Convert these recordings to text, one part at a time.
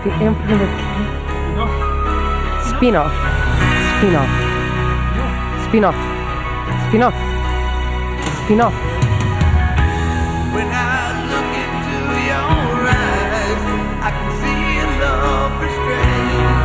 Spin-off. Spin-off. Spin-off. Spin-off. Spin-off. When I look into your eyes, I can see a love restrained.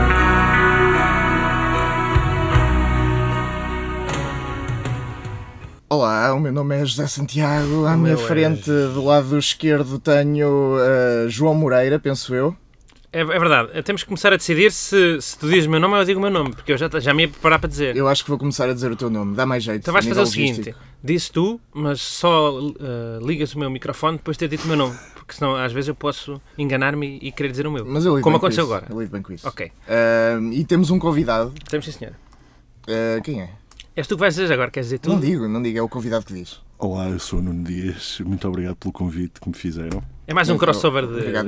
Olá, o meu nome é José Santiago. À minha frente, do lado esquerdo, tenho João Moreira, penso eu. É verdade, temos que começar a decidir se tu dizes o meu nome ou eu digo o meu nome, porque eu já me ia preparar para dizer. Eu acho que vou começar a dizer o teu nome, dá mais jeito. Então vais fazer o seguinte, dizes tu, mas só ligas o meu microfone depois de ter dito o meu nome, porque senão às vezes eu posso enganar-me e querer dizer o meu, mas eu como aconteceu agora. Eu lido bem com isso. Ok. E temos um convidado. Temos sim, senhor. Quem é? És tu que vais dizer agora, queres dizer tu? Não digo, é o convidado que diz. Olá, eu sou o Nuno Dias, muito obrigado pelo convite que me fizeram. É mais um crossover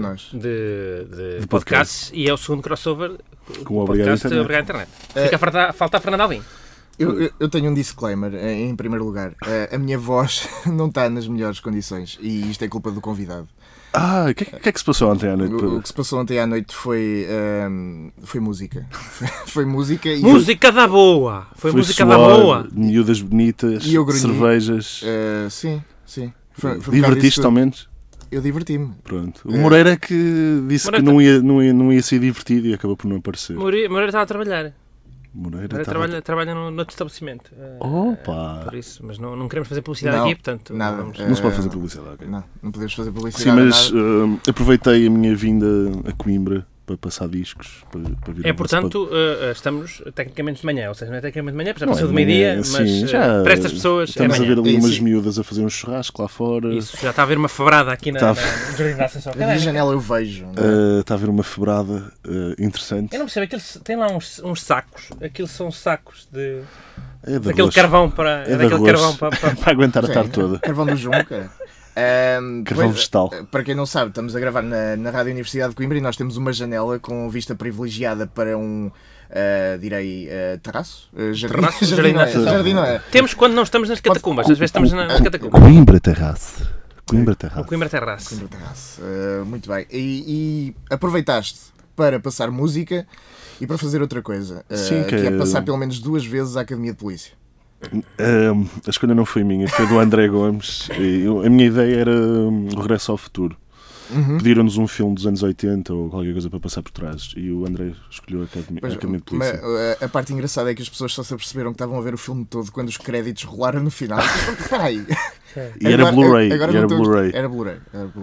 de podcasts e é o segundo crossover com o Obrigado Internet. Fica a faltar a Fernando Alvim. Eu tenho um disclaimer, em primeiro lugar. A minha voz não está nas melhores condições e isto é culpa do convidado. O que é que se passou ontem à noite? O que se passou ontem à noite foi música. Foi música e... Música da boa! Foi música suor, da boa! Miúdas bonitas, cervejas... Sim. Foi Divertiste ao menos? Eu diverti-me. Pronto. O Moreira é que disse que não ia ser divertido e acabou por não aparecer. Moreira estava a trabalhar. Moreira trabalha no outro estabelecimento. Opa! Por isso, mas não queremos fazer publicidade aqui, portanto... Nada. Não se pode fazer publicidade. Okay. Não podemos fazer publicidade. Sim, mas aproveitei a minha vinda a Coimbra para passar discos, para vir. Portanto, estamos tecnicamente de manhã, ou seja, não é tecnicamente de manhã, já passou de meio-dia, mas para estas pessoas estamos é manhã. a ver ali umas miúdas a fazer um churrasco lá fora. Isso, já está a haver uma febrada aqui no Jardim da Ascensão. Na janela eu vejo. Está a haver uma febrada interessante. Eu não percebo, tem lá uns sacos, aquilo são sacos de... daquele carvão para aguentar a tarde toda. Carvão do Junca. Carvão vegetal. Para quem não sabe, estamos a gravar na Rádio Universidade de Coimbra e nós temos uma janela com vista privilegiada para um, terraço? Jardim não é. Temos quando não estamos nas catacumbas, às vezes estamos nas catacumbas. Coimbra Terraço. Coimbra Terraço. Muito bem. E aproveitaste para passar música e para fazer outra coisa, que é passar pelo menos 2 vezes à Academia de Polícia. A escolha não foi minha, foi do André Gomes. A minha ideia era o Regresso ao Futuro. Pediram-nos um filme dos anos 80 ou qualquer coisa para passar por trás e o André escolheu a Academia de Polícia. A parte engraçada é que as pessoas só se aperceberam que estavam a ver o filme todo quando os créditos rolaram no final. Espera aí. E era Blu-ray. Era Blu-ray.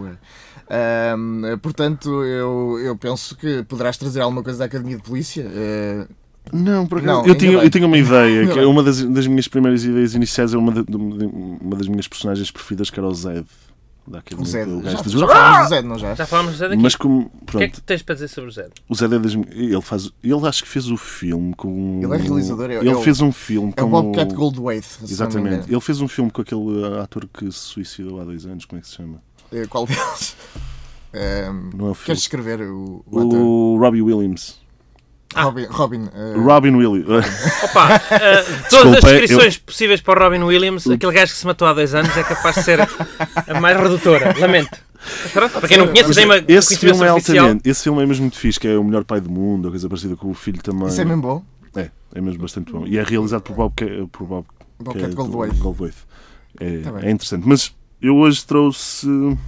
Portanto, eu penso que poderás trazer alguma coisa da Academia de Polícia. Não, por acaso. Eu tinha uma ideia, que é uma das minhas primeiras ideias iniciais, é uma das minhas personagens preferidas, que era o Zed. O Zed. Já falámos do Zed, não já? Já falámos do Zed aqui. Mas como, o que é que tens para dizer sobre o Zed? O Zed é ele acho que fez o filme com... Ele é realizador. Ele fez um filme com... É o Bobcat Goldthwait. Exatamente. Ele fez um filme com aquele ator que se suicidou há 2 anos. Como é que se chama? Qual deles? Não é o filme. Queres descrever o ator? O Robbie Williams. Robin Williams. Opa, todas as descrições possíveis para o Robin Williams, aquele gajo que se matou há 2 anos, é capaz de ser a mais redutora. Lamento. Para quem não conhece, tem uma esse filme é altamente. Esse filme é mesmo muito fixe, que é o melhor pai do mundo, a coisa parecida com o filho também. Isso é mesmo bom? É mesmo bastante bom. E é realizado por Bobcat Goldthwait. É interessante. Mas eu hoje trouxe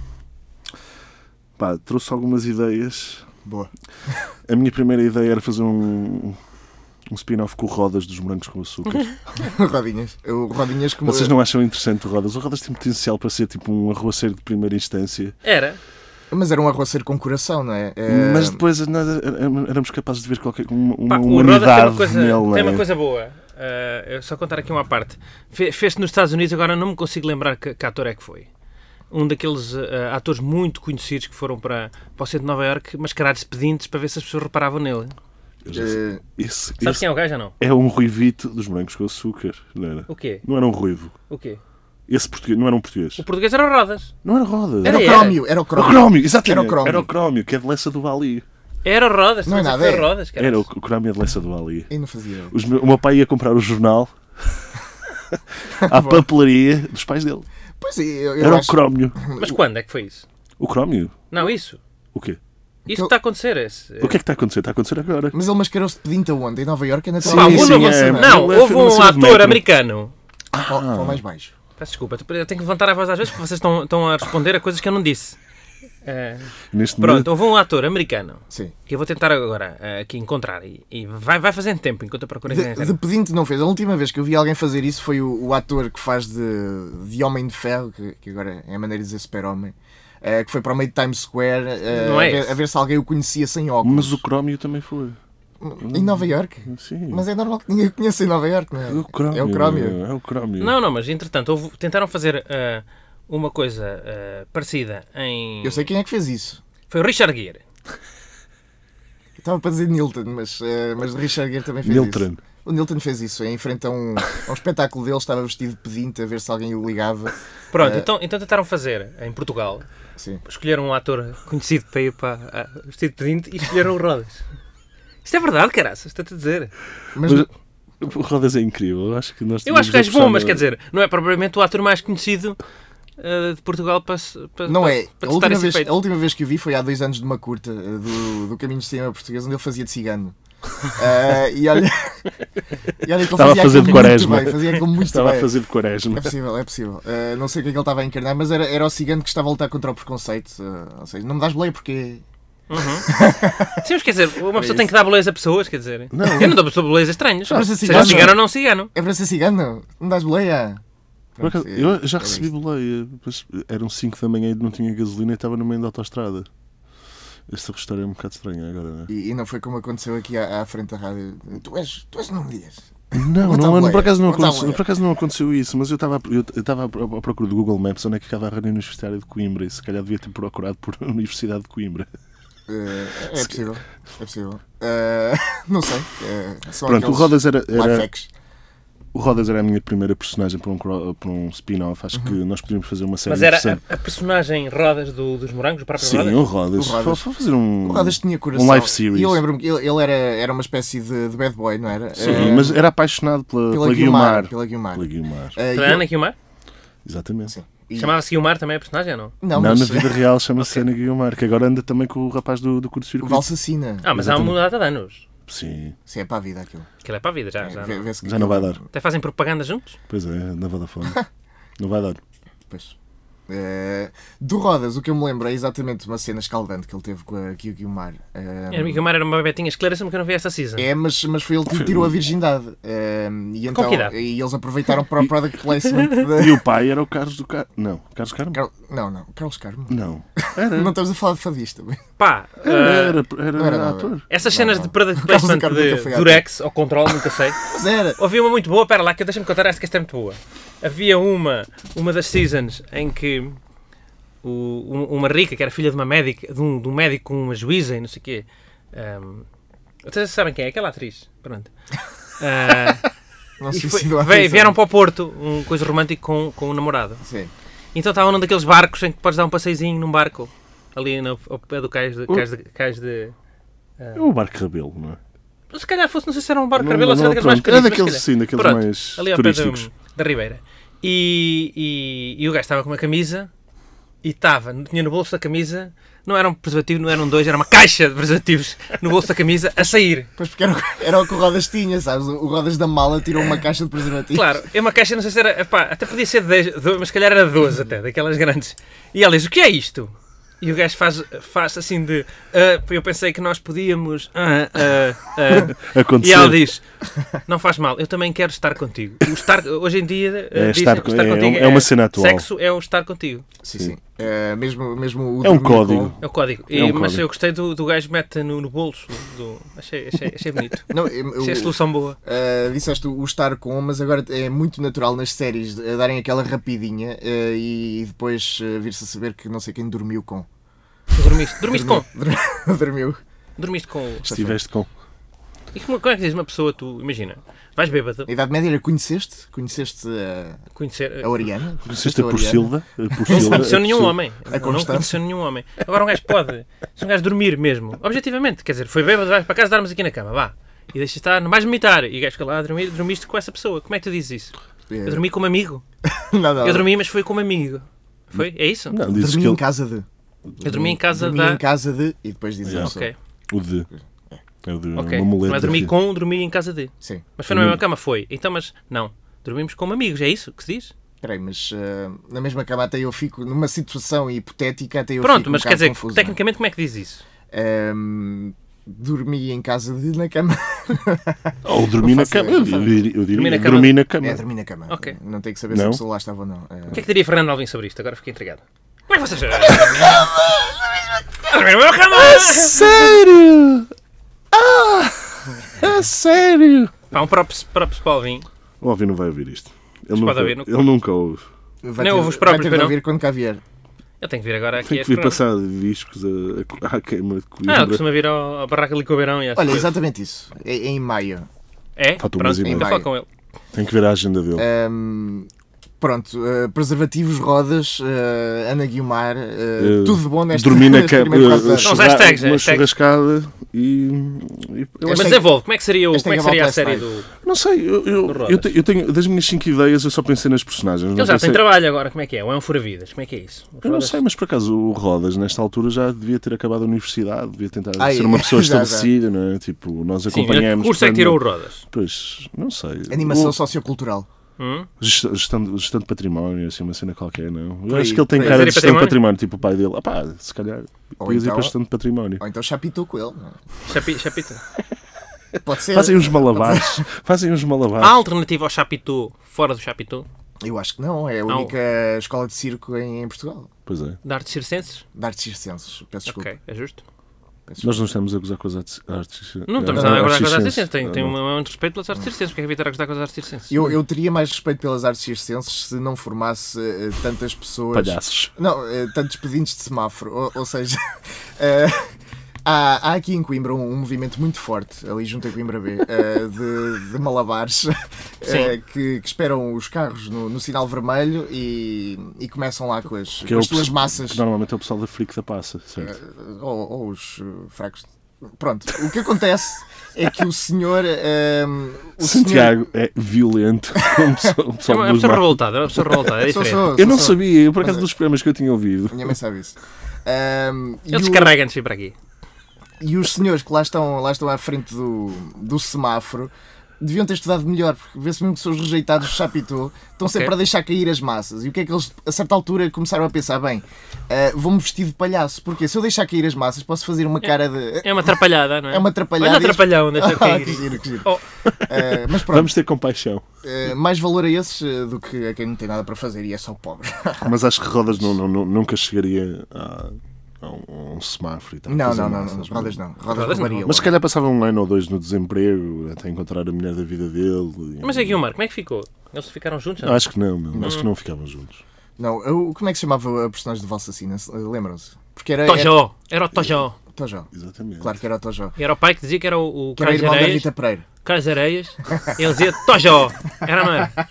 algumas ideias. Boa. A minha primeira ideia era fazer um spin-off com o Rodas dos Morangos com Açúcar. Rodinhas como... Vocês não acham interessante o Rodas? O Rodas tem potencial para ser tipo um arroceiro de primeira instância. Era. Mas era um arroceiro com coração, não é? Mas depois nós éramos capazes de ver uma unidade nele. Tem uma coisa boa. Eu só contar aqui uma parte. Fez-se nos Estados Unidos, agora não me consigo lembrar que ator é que foi. Um daqueles atores muito conhecidos que foram para o centro de Nova Iorque mascarados de pedintes para ver se as pessoas reparavam nele. Sabes quem é o gajo ou não? É um ruivito dos Morangos com Açúcar, não era? O quê? Não era um ruivo. O quê? Esse português, não era um português. O português era o Rodas. Não era Rodas. Era o Crómio. Era o Crómio, exatamente. Era o Crómio, que é de Lessa do Bali. Era o Rodas. Não é nada. Era o Crómio é de Lessa do Bali. Eu não fazia. O meu pai ia comprar o jornal à papelaria dos pais dele. Pois é, era o Crómio. Mas quando é que foi isso? O Crómio? Não, isso. O quê? Isto está a acontecer. O que é que está a acontecer? Está a acontecer agora. Mas ele mascarou-se de pedinte aonde? Em Nova Iorque? É Pá, naturalmente. não, houve um ator americano. Fala mais baixo. Peço desculpa, eu tenho que levantar a voz às vezes porque vocês estão a responder a coisas que eu não disse. Pronto, houve um ator americano. Sim. Que eu vou tentar agora aqui encontrar e vai fazendo tempo enquanto eu procuro de pedinte não fez. A última vez que eu vi alguém fazer isso foi o ator que faz de Homem de Ferro, que agora é a maneira de dizer super-homem, que foi para o meio de Times Square a ver se alguém o conhecia sem óculos. Mas o Crómio também foi. Em Nova Iorque? Sim. Mas é normal que ninguém o conheça em Nova Iorque, não é? É o Crómio. É o Crómio. Não, mas entretanto tentaram fazer uma coisa parecida em... Eu sei quem é que fez isso. Foi o Richard Gere. Estava para dizer Nilton, mas o Richard Gere também fez isso. O Nilton fez isso, em frente a um espetáculo dele, estava vestido de pedinte a ver se alguém o ligava. Pronto, então tentaram fazer em Portugal. Sim. Escolheram um ator conhecido para ir para vestido de pedinte e escolheram o Rodas. Isto é verdade, caraças, estou-te a dizer. Mas o Rodas é incrível. Eu acho que que és bom, mas quer dizer, não é propriamente o ator mais conhecido de Portugal para não é. Para A última vez que o vi foi há 2 anos de uma curta do Caminho de Cinema Português, onde ele fazia de cigano. E olha que ele estava a fazer de quaresma. Estava a fazer de quaresma. É possível. Não sei o que é que ele estava a encarnar, mas era o cigano que estava a lutar contra o preconceito. Ou seja, não me dás boleia porque... Sim, mas quer dizer, uma pessoa tem que dar boleias a pessoas, quer dizer. Não. Eu não dou boleias a estranhos. Seja cigano ou não cigano. É para ser cigano? Não me dás boleia? Pronto, eu já recebi boleia. Eram 5 da manhã e não tinha gasolina e estava no meio da autoestrada. Esta história é um bocado estranha agora, não é? E não foi como aconteceu aqui à frente da rádio. Tu és não me dias. Por acaso não aconteceu isso, mas eu estava à procura do Google Maps onde é que ficava a Rádio Universitária de Coimbra e se calhar devia ter procurado por Universidade de Coimbra. É possível. Não sei. Pronto, o Rodas era a minha primeira personagem para um spin-off. Acho que nós podíamos fazer uma série. Mas era a personagem Rodas dos Morangos, o próprio Rodas? Sim, o Rodas. Foi fazer o Rodas tinha coração. Um live series. E eu lembro-me que ele era uma espécie de bad boy, não era? Sim, mas era apaixonado pela Guiomar. Pela Guiomar. Pela Ana Guiomar? Exatamente. Sim. Chamava-se Guiomar também a personagem ou não? Não, na vida real chama-se Ana Guiomar, que agora anda também com o rapaz do curto-circuito. O Valsacina. Mas há uma data de anos. Sim. Sim, é para a vida aquilo. Aquilo é para a vida, já não vai dar. Até fazem propaganda juntos? Pois é, na Vodafone. Não vai dar. Pois. Do Rodas, o que eu me lembro é exatamente uma cena escaldante que ele teve com a Guiomar. A Guiomar era uma bebetinha, esclarece-me que eu não vi esta season. Mas foi ele que tirou a virgindade. E então, e eles aproveitaram para o product placement. E o pai era o Carlos do Carmo. Não, Carlos Carmo? Não, Carlos Carmo. Não. Não estamos a falar de fadista. Pá, era ator. Essas cenas de product placement de Durex ou Control, nunca sei. Mas era. Ouvi uma muito boa, pera lá, que deixa-me contar esta que esta é muito boa. Havia uma das seasons em que uma rica, que era filha de uma médica, de um médico com uma juíza e não sei o quê. Vocês sabem quem é? Aquela atriz. Pronto. Vieram para o Porto, uma coisa romântica com um namorado. Sim. Então estavam num daqueles barcos em que podes dar um passeizinho num barco, ali ao pé do cais de o Barco Rabelo, não é? Se calhar fosse, não sei se era um barco Rabelo ou se era daqueles mais pequenos. Daqueles mais ali ao turísticos. Pé da Ribeira. E o gajo estava com uma camisa e tinha no bolso da camisa, não era um preservativo, não eram 2, era uma caixa de preservativos no bolso da camisa a sair. Pois porque era o que o Rodas tinha, sabes? O Rodas da mala tirou uma caixa de preservativos. Claro, é uma caixa, não sei se era, até podia ser de 10, mas se calhar era 12 até, daquelas grandes. E ela diz, o que é isto? E o gajo faz assim de... eu pensei que nós podíamos... Acontecer. E ela diz, não faz mal, eu também quero estar contigo. Hoje em dia estar contigo é uma cena atual. Sexo é o estar contigo. Sim. Mesmo o é um código. É o código. Mas eu gostei do gajo mete no bolso. Achei bonito. Achei a solução boa. Disseste o estar com, mas agora é muito natural nas séries darem aquela rapidinha e depois vir-se a saber que não sei quem dormiu com. Dormiste com? Dormiu. Dormiste com. Estiveste com. E como é que diz uma pessoa, tu imagina, vais bêbado. A Idade Média era conheceste a Oriana? Conheceste a Porcilda? Não conheceu nenhum homem. Não conheceu nenhum homem. Agora um gajo pode, se um gajo dormir mesmo, objetivamente, quer dizer, foi bêbado, vais para casa, dormes aqui na cama, vá. E deixa estar, não vais vomitar. E o gajo fica lá a dormir, dormiste com essa pessoa. Como é que tu dizes isso? Eu dormi como amigo. Não. Eu dormi, mas foi como amigo. Foi? É isso? Não, dormi em casa de... Eu dormi em casa Dormi em casa de... E depois diz a pessoa. Ok. O de. É o de Ok. uma muleta. Não é dormir com, dormir em casa de. Sim. Mas foi na mesma cama? Foi. Então, mas não. Dormimos como amigos, é isso que se diz? Espera aí, mas na mesma cama até eu fico... Numa situação hipotética até eu Pronto, fico mas um quer dizer, bocado confuso. tecnicamente como é que diz isso? Dormi em casa de... Na cama. Ou dormi na cama. Eu diria Dormi na cama. dormi na cama. É, dormi na cama. Ok. Não tenho que saber se Não? a pessoa lá estava ou não. O que é que diria Fernando Alvim sobre isto? Agora fiquei intrigado. Como é que vocês... Dormir na mesma cama! Sério? É sério? Pá, um props para o Alvim. O Alvin não vai ouvir isto. Ele, Mas nunca, pode ouvir, não- ele nunca ouve. Vai ouve os próprios, vai ter pois de não? ouvir quando cá vier. Eu tenho que vir agora aqui Tem a que vir este programa. passar discos à queima de Ah, Coimbra. ele costuma vir à barraca ali com o Beirão e essas Olha, coisas. exatamente isso. É em maio. É? Falta um Pronto, mês e meio. ainda falo com ele. Tem que ver a agenda dele. Pronto, preservativos, rodas, Ana Guiomar, tudo de bom nesta Dormi na neste cama. primeiro quarto de hora. Não, hashtags, Uma hashtags. churrascada e eu Mas acho- desenvolve, como é que seria, Esta como é é que seria a Gaval série Last do... não sei, eu tenho das minhas 5 ideias, eu só pensei nas personagens. Ele já pensei- tem trabalho agora, como é que é? Ou é um fura-vidas? Como é que é isso? Eu não sei, mas por acaso o Rodas, nesta altura, já devia ter acabado a universidade, devia tentar Ai, ser uma pessoa já. estabelecida, não é? Tipo, nós Sim, acompanhamos. o curso é que tirou o portanto, Rodas. Pois, não sei. Animação sociocultural. Gestão de património, assim, uma cena qualquer, não? Eu Por acho aí, que ele tem por aí. cara de Fazer gestão de património? património, tipo o pai dele. Ah pá, se calhar, Ou podias ir então- para a gestão de património. Ou então chapitou com ele. Não é? Chapita. Pode ser. Fazem uns malabares, fazem uns Há malabares. alternativa ao Chapitão fora do Chapitão? Eu acho que não. É a Não. única escola de circo em Portugal. Pois é. De artes circenses? De artes circenses. Peço desculpa. Ok, é justo. Peço Nós não estamos a gozar com as artes. Não estamos nada a gozar com as artes circenses. circenses. Tem um respeito pelas artes circenses. Porque é evitar a gozar com as artes circenses? Eu teria mais respeito pelas artes circenses se não formasse tantas pessoas. Palhaços. Não, tantos pedintes de semáforo. Ou seja, há aqui em Coimbra um movimento muito forte, ali junto a Coimbra B, de malabares que esperam os carros no sinal vermelho e começam lá com as Que é o suas pessoal- massas. que normalmente é o pessoal da Frico da Passa, certo? Ou os fracos. Pronto, o que acontece é que o senhor. Santiago é violento como o É pessoal uma dos pessoa mar. revoltada, é uma pessoa revoltada, é Sou, diferente. sou, Eu não sou. sabia, eu por acaso Mas dos programas que eu tinha ouvido. Minha mãe sabe isso. E Ele o- descarrega antes de vir para aqui. E os senhores que lá estão à frente do semáforo deviam ter estudado melhor, porque vê-se mesmo que são os rejeitados do Chapitão, estão sempre Ok. a deixar cair as massas. E o que é que eles, a certa altura, começaram a pensar? Bem, vou-me vestir de palhaço, porque se eu deixar cair as massas, posso fazer uma cara de. É uma atrapalhada, não é? É uma atrapalhada. Olha o atrapalhão, deixa Ah, cair. que giro, que giro. Oh. Mas pronto, Vamos ter compaixão. mais valor a esses do que a quem não tem nada para fazer e é só pobre. Mas acho que Rodas nunca chegaria a um semáforo e tal. Não, fazer não, massas, rodas não. Rodas Rodas não. roubaria. Mas se calhar passava um ano ou dois no desemprego até encontrar a mulher da vida dele. Mas aqui o Marco, como é que ficou? Eles ficaram juntos? Não, acho que não, meu. Acho que não ficavam juntos. Não, como é que se chamava a personagem de Valsacina? Lembram-se? Porque era. Tojó! Era o Tojó. Tojó. Exatamente. Claro que era o Tojó. E era o pai que dizia que era o Que era Carlos irmão da Areias. Rita Pereira. Carlos Areias. E ele dizia Tojó. Era, não era?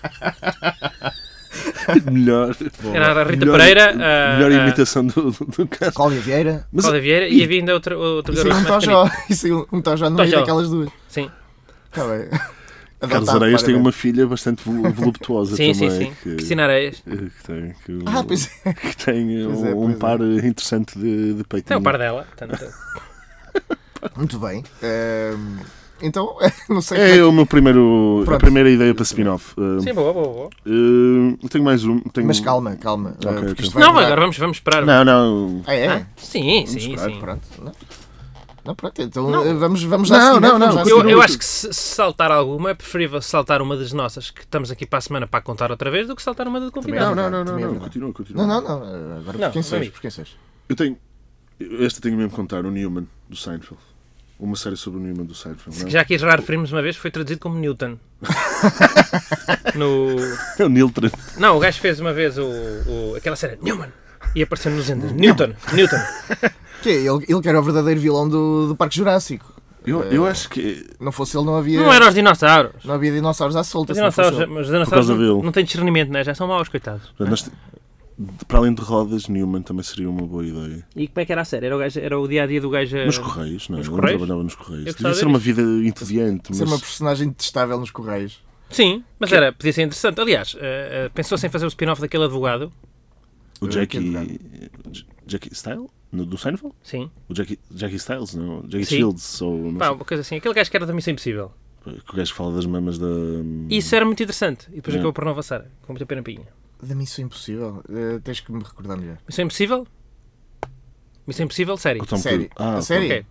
Melhor. Era a Rita melhor- Pereira. Melhor imitação do caso. Cláudia Vieira. Mas Cláudia Vieira e havia ainda outro E saiu garoto um mais Tojó. pequenito. E saiu um Tojó no meio Tojó. daquelas duas. Sim, Está bem. Carlos Adotado, Areias tem claramente. uma filha bastante voluptuosa sim, sim, também. sim. Que, Cristina Areias. Pois é. que tem Pois é, um pois é. par interessante de peitinho. Tem o par dela. Portanto, Muito bem. Então, não sei É o meu primeiro, a Pronto. primeira ideia para spin-off. sim, boa, boa, boa. Tenho mais um. Mas calma. Porque ok. isto vai Não, mudar. agora vamos esperar. Não. Ah, é? Ah, sim, Vamos sim, esperar, sim. Pronto. Não, pronto. Então Não. vamos Não, dar seguimento, não, vamos não. dar Eu seguimento. acho que se saltar alguma é preferível saltar uma das nossas que estamos aqui para a semana para contar outra vez do que saltar uma do convidado. Também é Não. verdade, também é verdade. Continua. Não. Agora Não, por quem sois? amigo. Por quem sois? Eu tenho. Esta tenho mesmo que contar, o Newman, do Seinfeld. Uma série sobre o Newman do Seinfeld. Não? Já aqui já referimos uma vez, foi traduzido como Newton. No... É o Nilton. Não, o gajo fez uma vez aquela série Newman e apareceu nos endas. Newton. Que é? Ele que era o verdadeiro vilão do Parque Jurássico. Eu acho que. Não fosse ele, não havia. Não eram os dinossauros. Não havia dinossauros à solta. Os se não fosse dinossauros, ele. mas os causa dinossauros dele. não têm discernimento, né? Já são maus, coitados. Para além de Rodas, Newman também seria uma boa ideia. E como é que era a série? Era o dia-a-dia do gajo... Nos Correios, não é? Nos Ele Correios? trabalhava nos Correios. Eu gostava Devia ser de uma ver vida entediante, Ser uma mas. personagem detestável nos Correios. Sim, mas podia ser interessante. Aliás, pensou-se em fazer o spin-off daquele advogado. O Que Jackie Style? Do Seinfeld? Sim. O Jackie Styles, não? Jackie Sim. Shields? Ou, Pá, uma coisa assim. Aquele gajo que era da Missão Impossível. que o gajo fala das mamas da... Isso era muito interessante. E depois acabou por não avançar. Com muita pena pinha. Da Missão Impossível? Tens que me recordar melhor. Missão Impossível? Missão Impossível, série. O Tom Série. Cruise. Ah, A série? Ok.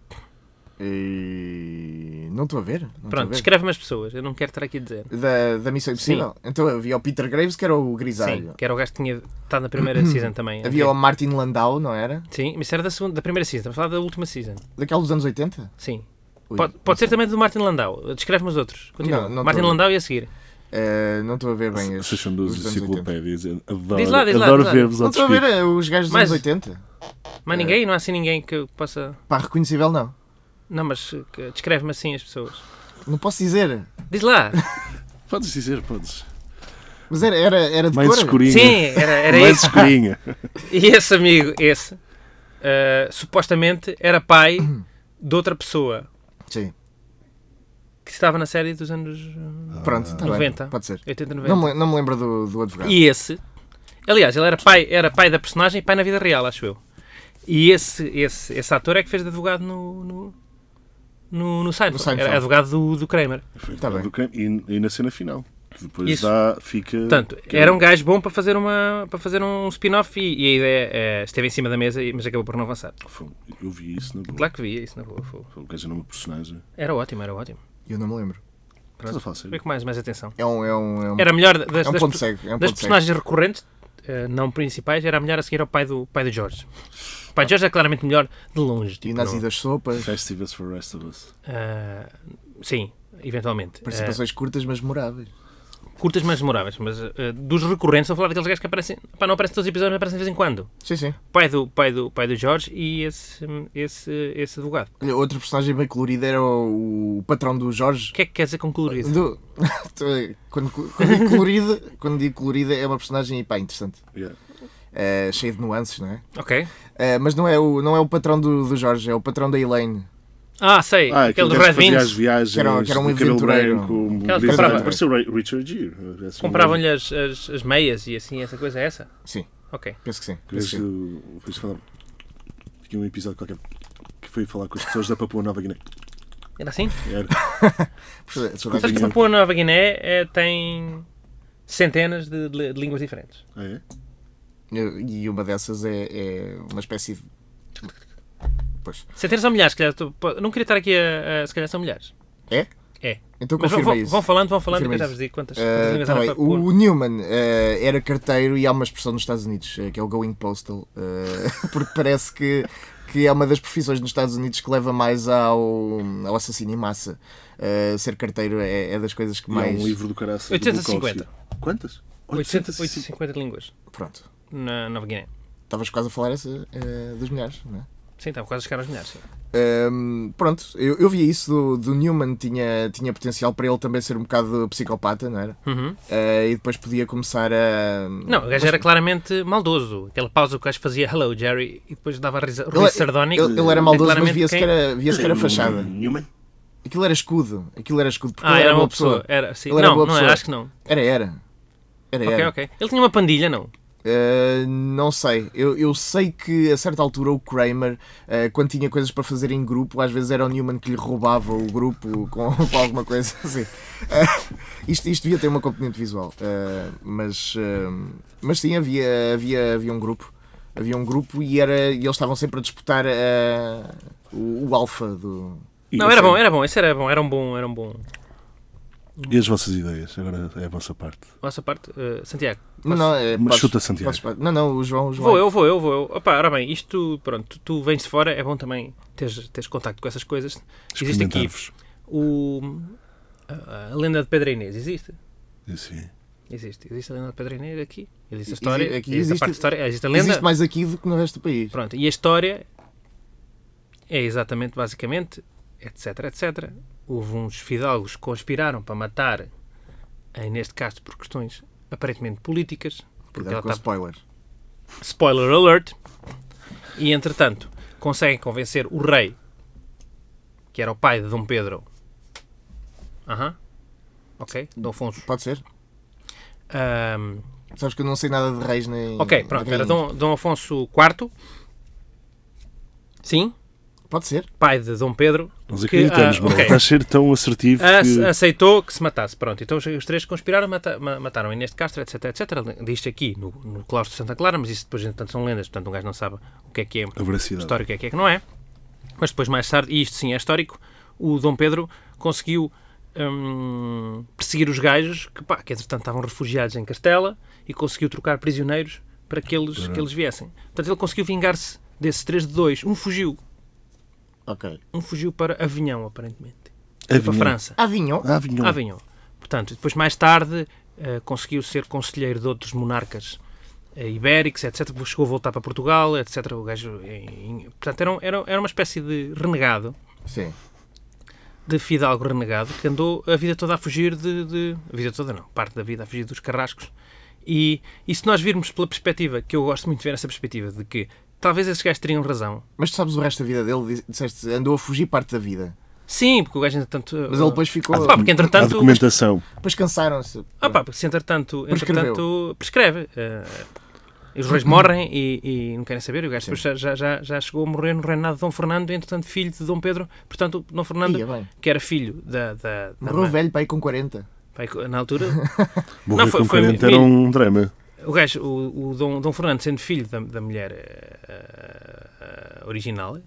Não estou a ver. Pronto, descreve-me as pessoas. Eu não quero estar aqui a dizer. Da Missão Impossível? Então havia o Peter Graves, que era o grisalho. Sim, que era o gajo que tinha estado na primeira season também. Havia Ok. o Martin Landau, não era? Sim, mas isso era da primeira season. Estamos a falar da última season. Daquela dos anos 80? Sim. Ui, Pode não ser sei. também do Martin Landau. Descreve-me os outros. Continua. Não Martin tô- Landau e a seguir. Não estou a ver bem os Vocês são duas os anos 80. enciclopédias. Diz lá, Adoro diz lá. ver-vos Não ao estou a ver despido. os gajos dos Mas- anos 80. Mas ninguém? Não há assim ninguém que possa... Pá, reconhecível não. Não, mas descreve-me assim as pessoas. Não posso dizer. Diz lá. Podes dizer, podes. Mas era de Mais cor. escurinha. Sim, era Mais isso. escurinha. E esse amigo, supostamente era pai de outra pessoa Sim. que estava na série dos anos Pronto, está 90. bem. Pode ser. 80, 90. Não me lembro do advogado. E esse, aliás, ele era pai da personagem e pai na vida real, acho eu. E esse ator é que fez de advogado no Seinfeld. No Seinfeld. Era advogado do Kramer. Tá bem. E na cena final. Que depois Isso. fica... Portanto, era um gajo bom para fazer um spin-off e a ideia esteve em cima da mesa, mas acabou por não avançar. Eu vi isso na boa. Claro que via isso na boa. O gajo era uma personagem. Era ótimo, era ótimo. Eu não me lembro. Estás a falar sério? Vê com mais atenção. É um Era melhor é um ponto cego. É um das ponto cego. personagens recorrentes, não principais, era melhor a seguir ao pai do George. O pai de George é claramente melhor de longe. E Tipo, Nazi não- das sopas. Festivals for the rest of us. sim, eventualmente. Participações curtas, mas memoráveis. Curtas, mas memoráveis. Mas dos recorrentes, estou a falar daqueles gajos que aparecem. Pá, não aparecem todos os episódios, mas aparecem de vez em quando. Sim, sim. Pai do George e esse advogado. Olha, outro personagem bem colorido era o patrão do Jorge. O que é que quer dizer com colorido? Quando digo colorida é uma personagem pá, interessante. Yeah. Cheia de nuances, não é? Ok. Mas não é o patrão do Jorge, é o patrão da Elaine. Sei. Aquele dos gajo Red que fazia as Beans. viagens, Que era um do cabelo aventureiro. branco, Aquela grisalho. comprava- Pareceu Richard Gere. Compravam-lhe as meias e assim, essa coisa é essa? Sim, Ok. penso que sim. Que depois falar... Tinha um episódio qualquer que foi falar com as pessoas da Papua Nova Guiné. Era assim? Era. Sabes que a Papua Nova Guiné tem centenas de línguas diferentes. Ah, é? E uma dessas é uma espécie de... Pois. Centenas ou milhares, se calhar. Não queria estar aqui se calhar são milhares. É? É. Então Mas confirma isso. vão falando Confirma e eu já isso. vos digo quantas línguas Tá há bem. para pôr. O Newman era carteiro e há uma expressão nos Estados Unidos que é o going postal, porque parece que é uma das profissões nos Estados Unidos que leva mais ao assassínio em massa. Ser carteiro é das coisas que E há mais... um livro do caraças. 850. Do Bukowski. Quantas? 850 línguas Pronto. na Nova Guiné. Estavas quase a falar dos milhares, não é? Sim, estava quase a chegar aos milhares. Sim. Pronto, eu via isso do Newman, tinha potencial para ele também ser um bocado psicopata, não era? Uhum. E depois podia começar a... Não, o gajo era claramente maldoso. Aquela pausa que o gajo fazia hello, Jerry, e depois dava riso sardónico. Ele era maldoso, mas claramente via-se que era fachada. Newman? Aquilo era escudo, porque ele era uma pessoa. Era, sim. Ele era boa Não, pessoa. acho que não. Era. Ok. Ele tinha uma pandilha, não? Não sei. Eu sei que a certa altura o Kramer, quando tinha coisas para fazer em grupo, às vezes era o Newman que lhe roubava o grupo com alguma coisa assim. Isto devia ter uma componente visual. Mas sim, havia um grupo. Havia um grupo e eles estavam sempre a disputar o alfa do... Não, era bom. Esse era bom. Era um bom... E as vossas ideias? Agora é a vossa parte. Nossa parte, Santiago. Mas chuta, Santiago. Não, o João. Vou eu. Opa, ora bem, isto, pronto, tu vens de fora, é bom também teres contacto com essas coisas. Existe aqui a lenda de Pedro Inês, existe? Sim. Existe a lenda de Pedro Inês aqui. Existe a história, Aqui existe a parte de história, existe a lenda. Existe mais aqui do que no resto do país. Pronto, e a história é exatamente, basicamente, etc. Houve uns fidalgos que conspiraram para matar a Inês de Castro por questões aparentemente políticas. Porque Cuidado com spoiler. Spoiler alert. E, entretanto, conseguem convencer o rei, que era o pai de Dom Pedro. Ok, Dom Afonso. Pode ser? Sabes que eu não sei nada de reis nem... Ok, pronto, era Dom Afonso IV. Sim. Pode ser. Pai de Dom Pedro. Nós acreditamos, Bruno. Estás a ser tão assertivo que... Aceitou que se matasse. Pronto, então os três conspiraram, mataram Inês de Castro, etc, etc. Diz aqui no claustro de Santa Clara, mas isso depois, entretanto, são lendas, portanto um gajo não sabe o que é a veracidade. Histórico, o que é que não é. Mas depois, mais tarde, e isto sim é histórico, o Dom Pedro conseguiu perseguir os gajos que entretanto estavam refugiados em Castela e conseguiu trocar prisioneiros para que eles viessem. Portanto, ele conseguiu vingar-se desses 3 de 2. Um fugiu. Ok. Um fugiu para Avignon, aparentemente. Avignon. Para a França. Avignon. Portanto, depois, mais tarde, conseguiu ser conselheiro de outros monarcas ibéricos, etc. Chegou a voltar para Portugal, etc. O gajo, portanto, era uma espécie de renegado. Sim. De fidalgo renegado, que andou a vida toda a fugir a vida toda não, parte da vida a fugir dos carrascos. E se nós virmos pela perspectiva, que eu gosto muito de ver essa perspectiva, de que talvez esses gajos teriam razão. Mas tu sabes o resto da vida dele? Disseste, andou a fugir parte da vida. Sim, porque o gajo entretanto... Mas ele depois ficou... porque entretanto... A documentação. Depois cansaram-se. Porque se entretanto prescreve. Os reis morrem e não querem saber. O gajo depois já chegou a morrer no reinado de Dom Fernando, entretanto filho de Dom Pedro. Portanto, Dom Fernando, que era filho da morreu velho, pai, com 40. Na altura... Morrer com 40 era um drama. O gajo, o Dom Fernando, sendo filho da mulher original...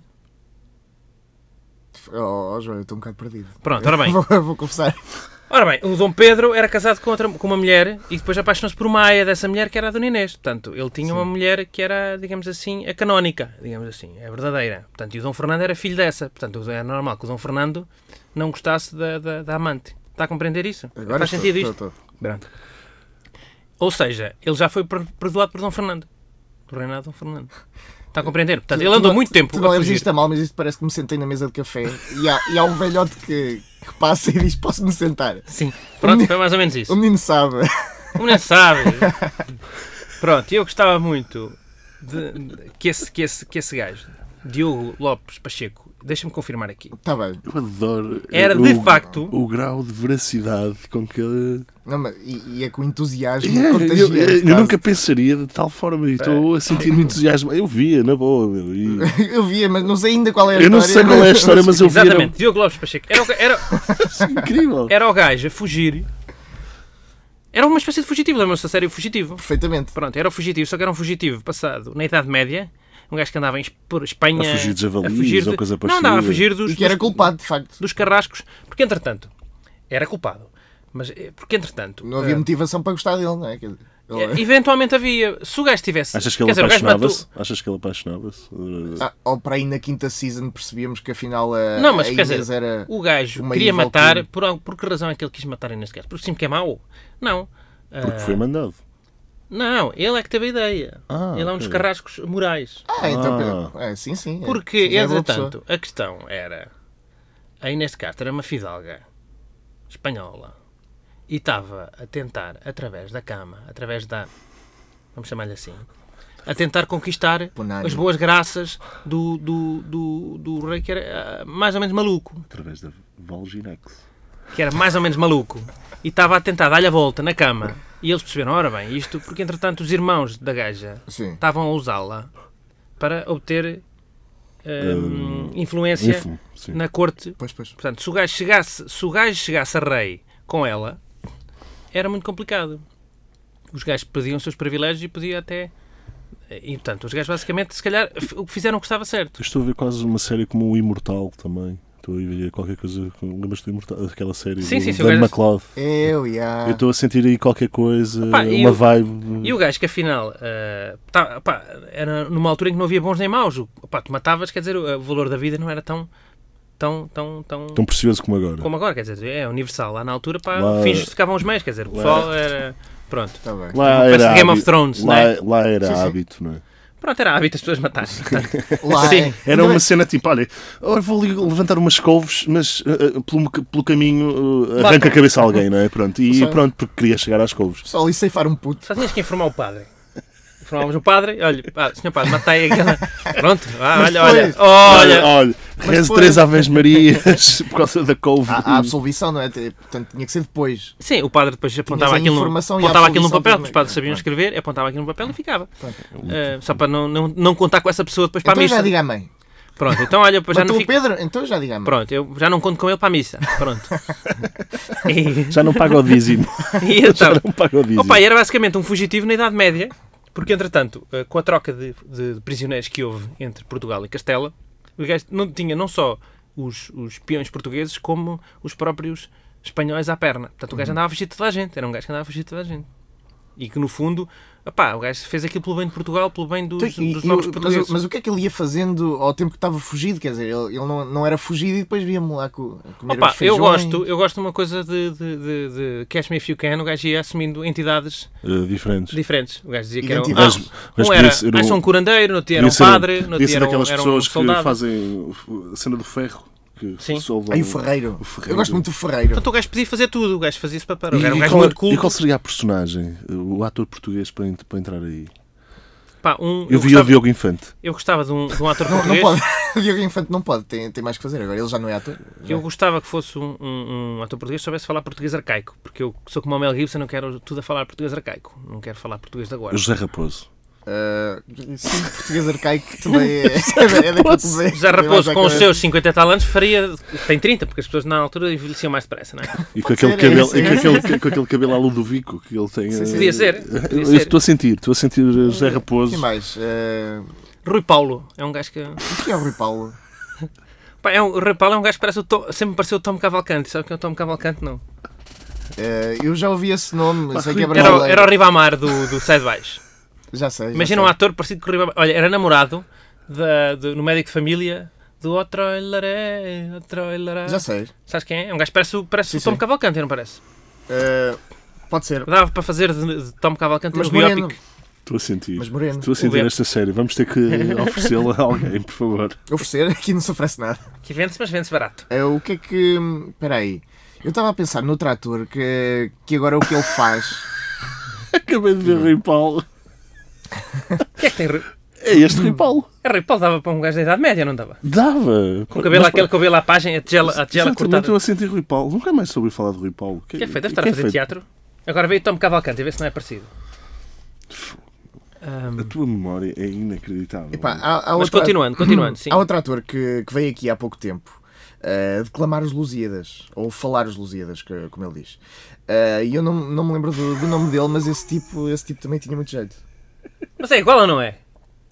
João, eu estou um bocado perdido. Pronto, ora bem. Vou confessar. Ora bem, o Dom Pedro era casado com uma mulher e depois apaixonou-se por uma aia dessa mulher que era a Dona Inês. Portanto, ele tinha uma mulher que era, digamos assim, a canónica, digamos assim, a verdadeira. Portanto, e o Dom Fernando era filho dessa. Portanto, é normal que o Dom Fernando não gostasse da amante. Está a compreender isso? Agora faz sentido isto? Pronto. Ou seja, ele já foi perdoado por Dom Fernando. Do reinado de Dom Fernando. Está a compreender? Portanto, ele andou muito tempo a fugir. Tu não leves isto a mal, mas isto parece que me sentei na mesa de café e há um velhote que passa e diz, posso-me sentar? Sim. Pronto, foi mais ou menos isso. O menino sabe. O menino sabe. Pronto, eu gostava muito que esse gajo, Diogo Lopes Pacheco, deixa-me confirmar aqui. Está bem. Eu adoro era de facto o grau de veracidade com que ele... Não, mas, e é com entusiasmo contagiante. Eu nunca pensaria de tal forma e estou a sentir-me entusiasmo. Eu via, na boa, meu. Eu via, mas não sei ainda qual é a história. Eu não sei qual é a história, mas eu via. Exatamente, Diogo Lopes Pacheco. Era incrível. Era o gajo a fugir. Era uma espécie de fugitivo, lembra-se da série Fugitivo? Perfeitamente. Pronto, era o fugitivo, só que era um fugitivo passado na Idade Média. Um gajo que andava por Espanha... A fugir de javalis ou coisa parecida. Não, andava a fugir dos... E que era culpado, de facto. Dos carrascos. Porque, entretanto, era culpado. Mas, porque, entretanto... Não havia motivação para gostar dele, não é? Eventualmente havia. Se o gajo tivesse... Achas que ele apaixonava-se? Achas que ele apaixonava-se? Ou para aí na quinta season percebíamos que afinal a não, mas, Inês quer dizer, era... O gajo queria matar... Por que razão é que ele quis matar a Inês de Castro? Porque sim, que é mau? Não. Porque foi mandado. Não, ele é que teve a ideia. Ele é um dos carrascos morais. Então, sim. Porque, entretanto, a questão era... A Inês de Castro era uma fidalga espanhola e estava a tentar, através da cama, através da... Vamos chamar-lhe assim. A tentar conquistar as boas graças do rei que era mais ou menos maluco. Através da Valginex. Que era mais ou menos maluco. E estava a tentar dar-lhe a volta na cama. E eles perceberam, ora bem, isto, porque entretanto os irmãos da gaja estavam a usá-la para obter influência na corte. Pois. Portanto, se o gajo chegasse a rei com ela, era muito complicado. Os gajos perdiam os seus privilégios e podia até... E, portanto, os gajos basicamente, se calhar, o que fizeram que estava certo. Eu estou a ver quase uma série como o Imortal também. Estou a ver qualquer coisa... Lembras-te do Imortal? Aquela série do Dan McLeod. Eu estou a sentir aí qualquer coisa, uma vibe... E o gajo que afinal... era numa altura em que não havia bons nem maus. Tu matavas, quer dizer, o valor da vida não era tão precioso como agora. Como agora, quer dizer, é universal. Lá na altura, fins ficavam os meios, quer dizer, o pessoal era... Pronto. Tá bem. Lá era Game of Thrones, lá era hábito, não é? Pronto, era hábito as pessoas matarem. Sim. Era uma cena tipo, olha, vou levantar umas couves, mas pelo caminho arranca a cabeça a alguém, não é? Pronto. E pronto, porque queria chegar às couves. Só ali ceifar um puto. Só tinhas que informar o padre. Informávamos o padre, olha, senhor padre, matei aquela... Pronto, olha. Reze 3 Aves Marias por causa da couve. A absolvição, não é? Portanto, tinha que ser depois. Sim, o padre depois apontava aquilo no papel, porque os padres sabiam escrever, apontava aquilo no papel e ficava. Só para não contar com essa pessoa depois para a missa. Então já diga à mãe. Pronto, então olha, já não o fico... Pedro? Então já digamos. Pronto, eu já não conto com ele para a missa. Pronto. Já não paga o dízimo. E então, Já não paga o dízimo. opa, era basicamente um fugitivo na Idade Média, porque entretanto, com a troca de prisioneiros que houve entre Portugal e Castela, o gajo não tinha não só os peões portugueses, como os próprios espanhóis à perna. Portanto, o gajo andava a fugir de toda a gente. Era um gajo que andava a fugir de toda a gente. E que, no fundo, opá, o gajo fez aquilo pelo bem de Portugal, pelo bem dos novos portugueses. Mas o que é que ele ia fazendo ao tempo que estava fugido? Quer dizer, ele não era fugido e depois via-me lá a comer Opa, os feijões. eu gosto de uma coisa de Catch Me If You Can. O gajo ia assumindo entidades diferentes. O gajo dizia que era um curandeiro, no outro era um padre, no outro era um pessoas soldado. que fazem a cena do ferro. Sim. Aí o Ferreiro. Eu gosto muito do Ferreiro. Portanto, o gajo podia fazer tudo. O gajo fazia isso para era um gajo muito culto. E qual seria a personagem, o ator português para entrar aí? Pá, eu vi o Diogo Infante. Eu gostava de um ator português. Não pode. O Diogo Infante não pode. Tem mais que fazer agora. Ele já não é ator. Eu gostava que fosse um ator português que soubesse falar português arcaico. Porque eu sou como o Mel Gibson, não quero tudo a falar português arcaico. Não quero falar português de agora. José Raposo. Sim, português arcaico também é daquele dizer. Já Raposo, com os seus 50 e tal anos, tem 30, porque as pessoas na altura envelheciam mais depressa, não é? E com aquele cabelo à Ludovico que ele tem. Sim. Podia ser. Estou a sentir José Raposo. E mais? Rui Paulo é um gajo que. O que é o Rui Paulo? Pá, o Rui Paulo é um gajo que parece sempre pareceu o Tom Cavalcante. Sabe o que é o Tom Cavalcante? Não. Eu já ouvi esse nome, sei que é brasileiro. Era o Ribamar do Sai de Baixo. Já sei. Imagina um ator parecido com o Ribamar. Olha, era namorado no médico de família do Otroilaré. Já sei. Sabes quem é? É um gajo que parece o Tom Cavalcante, não parece? Pode ser. Dava para fazer de Tom Cavalcante mas no biopic. Estou a sentir. Mas moreno. Estou a sentir esta série. Vamos ter que oferecê-la a alguém, por favor. Oferecer? Aqui não se oferece nada. Aqui vende-se, mas vende-se barato. O que é que... Espera aí. Eu estava a pensar noutro ator que agora o que ele faz... Acabei de ver Rui Paulo. O que é que tem Rui? É este Rui Paulo. Rui Paulo dava para um gajo da Idade Média, não dava? Dava. Com aquele cabelo à página, a tigela cortada. Estou a sentir Rui Paulo. Nunca mais soube falar de Rui Paulo. Que é feito? Deve estar a fazer teatro. Agora veio Tom Cavalcante, a ver se não é parecido. A tua memória é inacreditável. Epá, mas continuando, sim. Há outro ator que veio aqui há pouco tempo declamar os Lusíadas, ou falar os Lusíadas, como ele diz. E eu não me lembro do nome dele, mas esse tipo também tinha muito jeito. Mas é igual ou não é?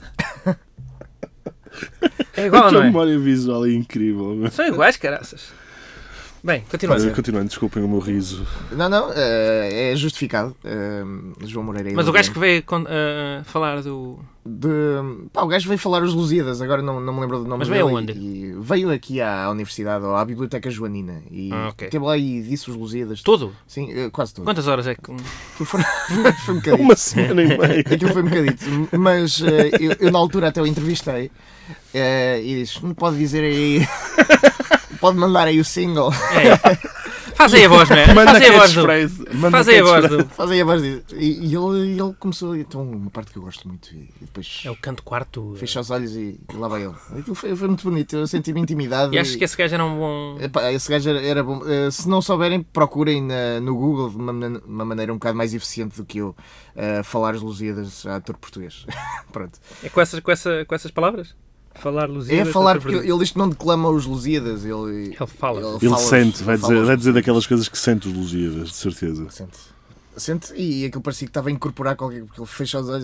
É igual ou não é? A tua memória visual é incrível. São iguais, caraças. Bem, continuando, desculpem o meu riso. Não, é justificado. João Moreira. Mas o gajo que veio falar do... o gajo veio falar os Lusíadas, agora não me lembro do nome. Mas dele. veio onde? E veio aqui à Universidade, ou à Biblioteca Joanina. E teve lá e disse os Lusíadas. Tudo? Sim, quase tudo. Quantas horas é que... Foi um bocadinho. Uma semana e meia. Aquilo foi um bocadito. Mas eu na altura até o entrevistei e disse, não pode dizer aí... Pode mandar aí o single. Faz aí a voz, não é? Faz aí a voz disso. E ele começou. Então, uma parte que eu gosto muito. E depois. É o canto quarto. Fecha os olhos e lá vai ele. Aquilo foi muito bonito. Eu senti-me intimidado. E achas que esse gajo era um bom. Esse gajo era bom. Se não souberem, procurem no Google de uma maneira um bocado mais eficiente do que eu falar as Lusíadas a ator português. Pronto. É com essas palavras? Falar Lusíadas? É falar porque ele diz que não declama os Lusíadas. Ele fala. Ele sente, vai dizer daquelas coisas que sente os Lusíadas, de certeza. Sente e aquilo parecia que estava a incorporar qualquer. Porque ele fecha os olhos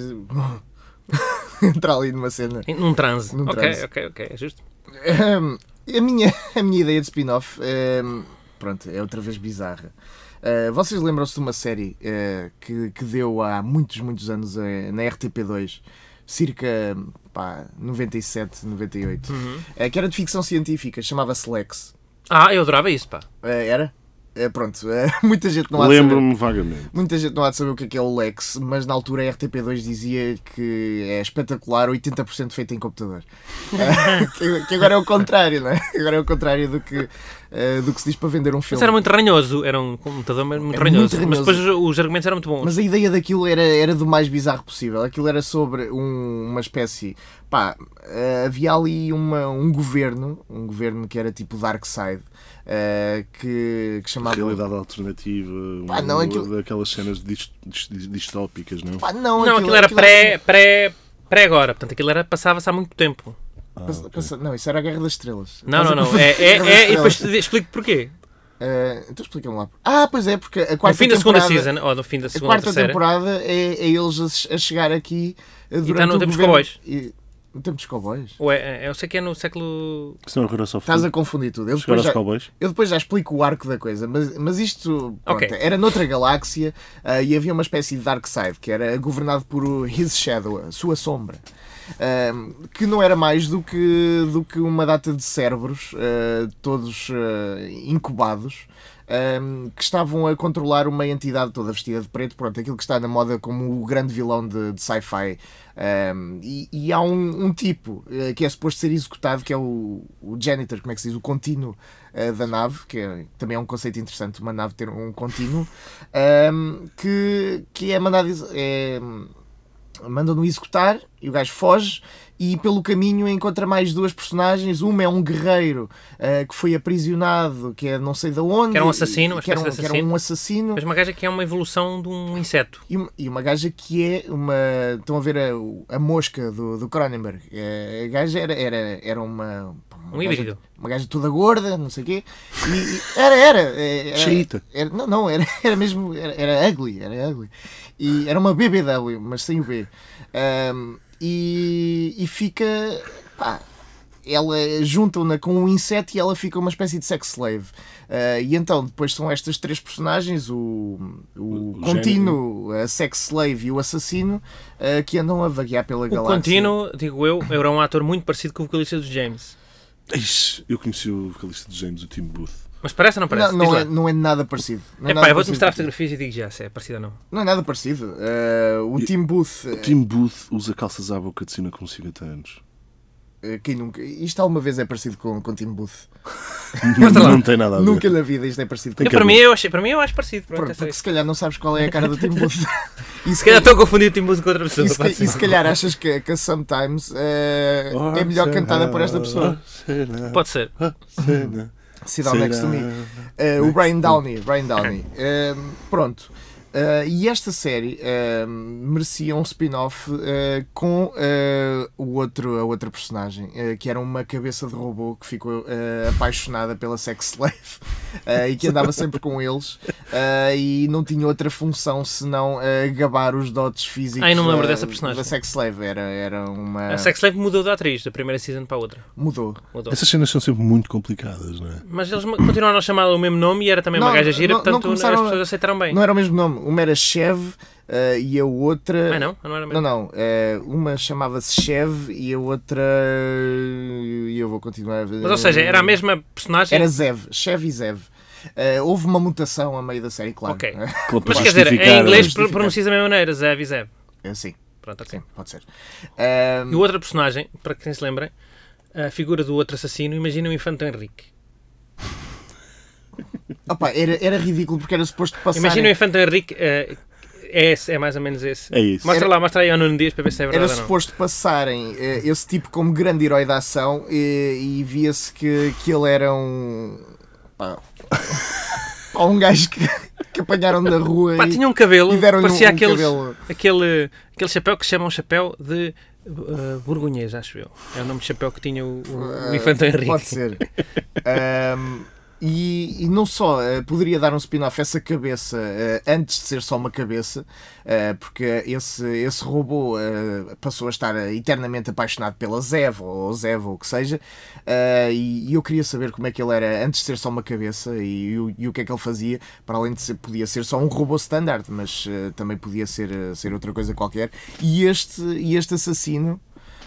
e entra ali numa cena. Num transe. Ok, é justo. A minha ideia de spin-off pronto, é outra vez bizarra. Vocês lembram-se de uma série que deu há muitos anos na RTP2? Circa 97, 98, que era de ficção científica, chamava-se Lex. Eu adorava isso, pá. Era? Pronto, muita gente não há de saber. Lembro-me vagamente. Muita gente não há de saber o que é o Lex, mas na altura a RTP2 dizia que é espetacular, 80% feito em computador. Que agora é o contrário, não é? Agora é o contrário do que se diz para vender um filme. Mas era muito ranhoso, era um computador muito ranhoso. Mas depois os argumentos eram muito bons. Mas a ideia daquilo era do mais bizarro possível. Aquilo era sobre uma espécie... havia ali um governo que era tipo Darkseid, que chamava... Realidade alternativa, daquelas cenas distópicas, não? Não, aquilo era pré agora, portanto aquilo passava-se há muito tempo. Okay. Não, isso era a Guerra das Estrelas. Não. E depois explico porquê. Então explica-me lá. Pois é, porque a quarta no fim da segunda season, ou no fim da segunda, a quarta temporada é eles a chegar aqui durante e está no tempo dos cowboys. No tempo dos cowboys? Eu sei que é no século... Estás a confundir tudo. Eu depois já explico o arco da coisa, mas isto era noutra galáxia e havia uma espécie de Darkseid, que era governado por His Shadow, a sua sombra. Que não era mais do que uma data de cérebros, todos incubados, que estavam a controlar uma entidade toda vestida de preto, pronto, aquilo que está na moda como o grande vilão de sci-fi. E há um tipo que é suposto ser executado, que é o janitor, como é que se diz, o contínuo da nave, que também é um conceito interessante, uma nave ter um contínuo, que é mandado... mandam-no executar e o gajo foge e pelo caminho encontra mais duas personagens. Uma é um guerreiro que foi aprisionado, que é não sei de onde, que era um assassino, que era um assassino. Mas uma gaja que é uma evolução de um inseto e uma gaja que é uma... Estão a ver a mosca do Cronenberg. A gaja era um híbrido, uma gaja toda gorda, não sei o quê, e era Cheita. Não, era mesmo, era ugly, e era uma BBW, mas sem o B. E fica... ela juntam-na com um inseto e ela fica uma espécie de sex slave. E então depois são estas três personagens, o contínuo, a sex slave e o assassino, que andam a vaguear pela galáxia. O contínuo, digo eu, era um ator muito parecido com o vocalista dos James. Eu conheci o vocalista de James, o Tim Booth. Mas parece ou não parece? Não é nada parecido. Eu vou-te mostrar fotografias e digo já se é parecido ou não. Não é nada parecido. O Tim Booth... O Tim Booth usa calças à boca de sino com 50 anos. Quem nunca... Isto alguma vez é parecido com Tim Booth? Não tem nada a ver. Nunca na vida isto é parecido com para mim eu acho parecido. Porque se calhar não sabes qual é a cara do Tim Booth. E se calhar estou a confundir o Tim Booth com outra pessoa. E se calhar achas que a Sometimes é melhor cantada por esta pessoa. Pode ser. Sit down next to me. O Brian Downey. Pronto. E esta série merecia um spin-off com a outra personagem, que era uma cabeça de robô que ficou apaixonada pela sex slave e que andava sempre com eles e não tinha outra função senão gabar os dotes físicos não me lembro dessa personagem. Da sex slave. Era uma... A sex slave mudou da atriz, da primeira season para a outra. Mudou. Essas cenas são sempre muito complicadas, não é? Mas eles continuaram a chamá-la o mesmo nome e era também uma gaja gira, portanto as pessoas aceitaram bem. Não era o mesmo nome. Uma era Chev e a outra... não era mesmo. Não. Uma chamava-se Chev e a outra... E eu vou continuar a ver... Mas ou seja, era a mesma personagem? Era Zev. Chev e Zev. Houve uma mutação a meio da série, claro. Ok. Mas quer dizer, em inglês pronuncia da mesma maneira, Zev e Zev. Sim. Pronto, ok. Sim, pode ser. E o outra personagem, para quem se lembrem, a figura do outro assassino, imagina o Infante Henrique. Era ridículo porque era suposto passar... Imagina o Infante Henrique, é mais ou menos esse. É isso. Mostra aí ao Nuno Dias para ver se é verdade ou não. Era suposto passarem esse tipo como grande herói da ação e via-se que ele era um gajo que apanharam na rua tinha um cabelo, parecia cabelo. aquele chapéu que se chama um chapéu de borgonhês, acho eu. É o nome de chapéu que tinha o Infante Henrique. Pode ser. E não só poderia dar um spin-off essa cabeça antes de ser só uma cabeça, porque esse robô passou a estar eternamente apaixonado pela Zev ou o que seja, e eu queria saber como é que ele era antes de ser só uma cabeça e o que é que ele fazia, para além de podia ser só um robô standard, mas também podia ser outra coisa qualquer. E este assassino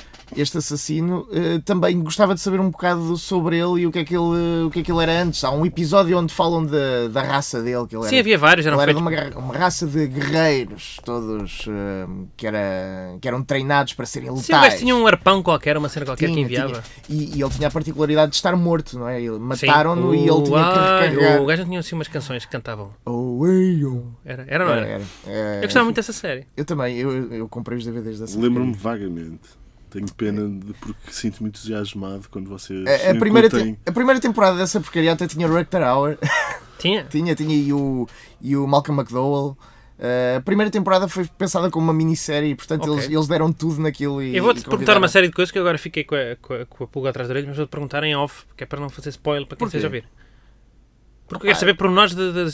também gostava de saber um bocado sobre ele e o que é que ele era antes. Há um episódio onde falam da raça dele. Que ele havia vários. Ele era de uma raça de guerreiros, todos que eram treinados para serem letais. Sim, o gajo tinha um arpão qualquer, uma cena qualquer que enviava. E ele tinha a particularidade de estar morto, não é? Mataram-no e ele tinha que recarregar. O gajo tinha assim umas canções que cantavam. Era ou não era? Eu gostava muito dessa série. Eu também. Eu comprei os DVDs da série. Lembro-me vagamente. Tenho pena porque sinto-me entusiasmado quando vocês... A primeira temporada dessa porcaria até tinha Rutger Hauer. Tinha? tinha e o Malcolm McDowell. A primeira temporada foi pensada como uma minissérie e, portanto, eles deram tudo naquilo. Eu vou-te perguntar uma série de coisas que eu agora fiquei com a pulga atrás da orelha, mas vou-te perguntar em off, que é para não fazer spoiler para quem esteja a ver. Porque eu quero saber pormenores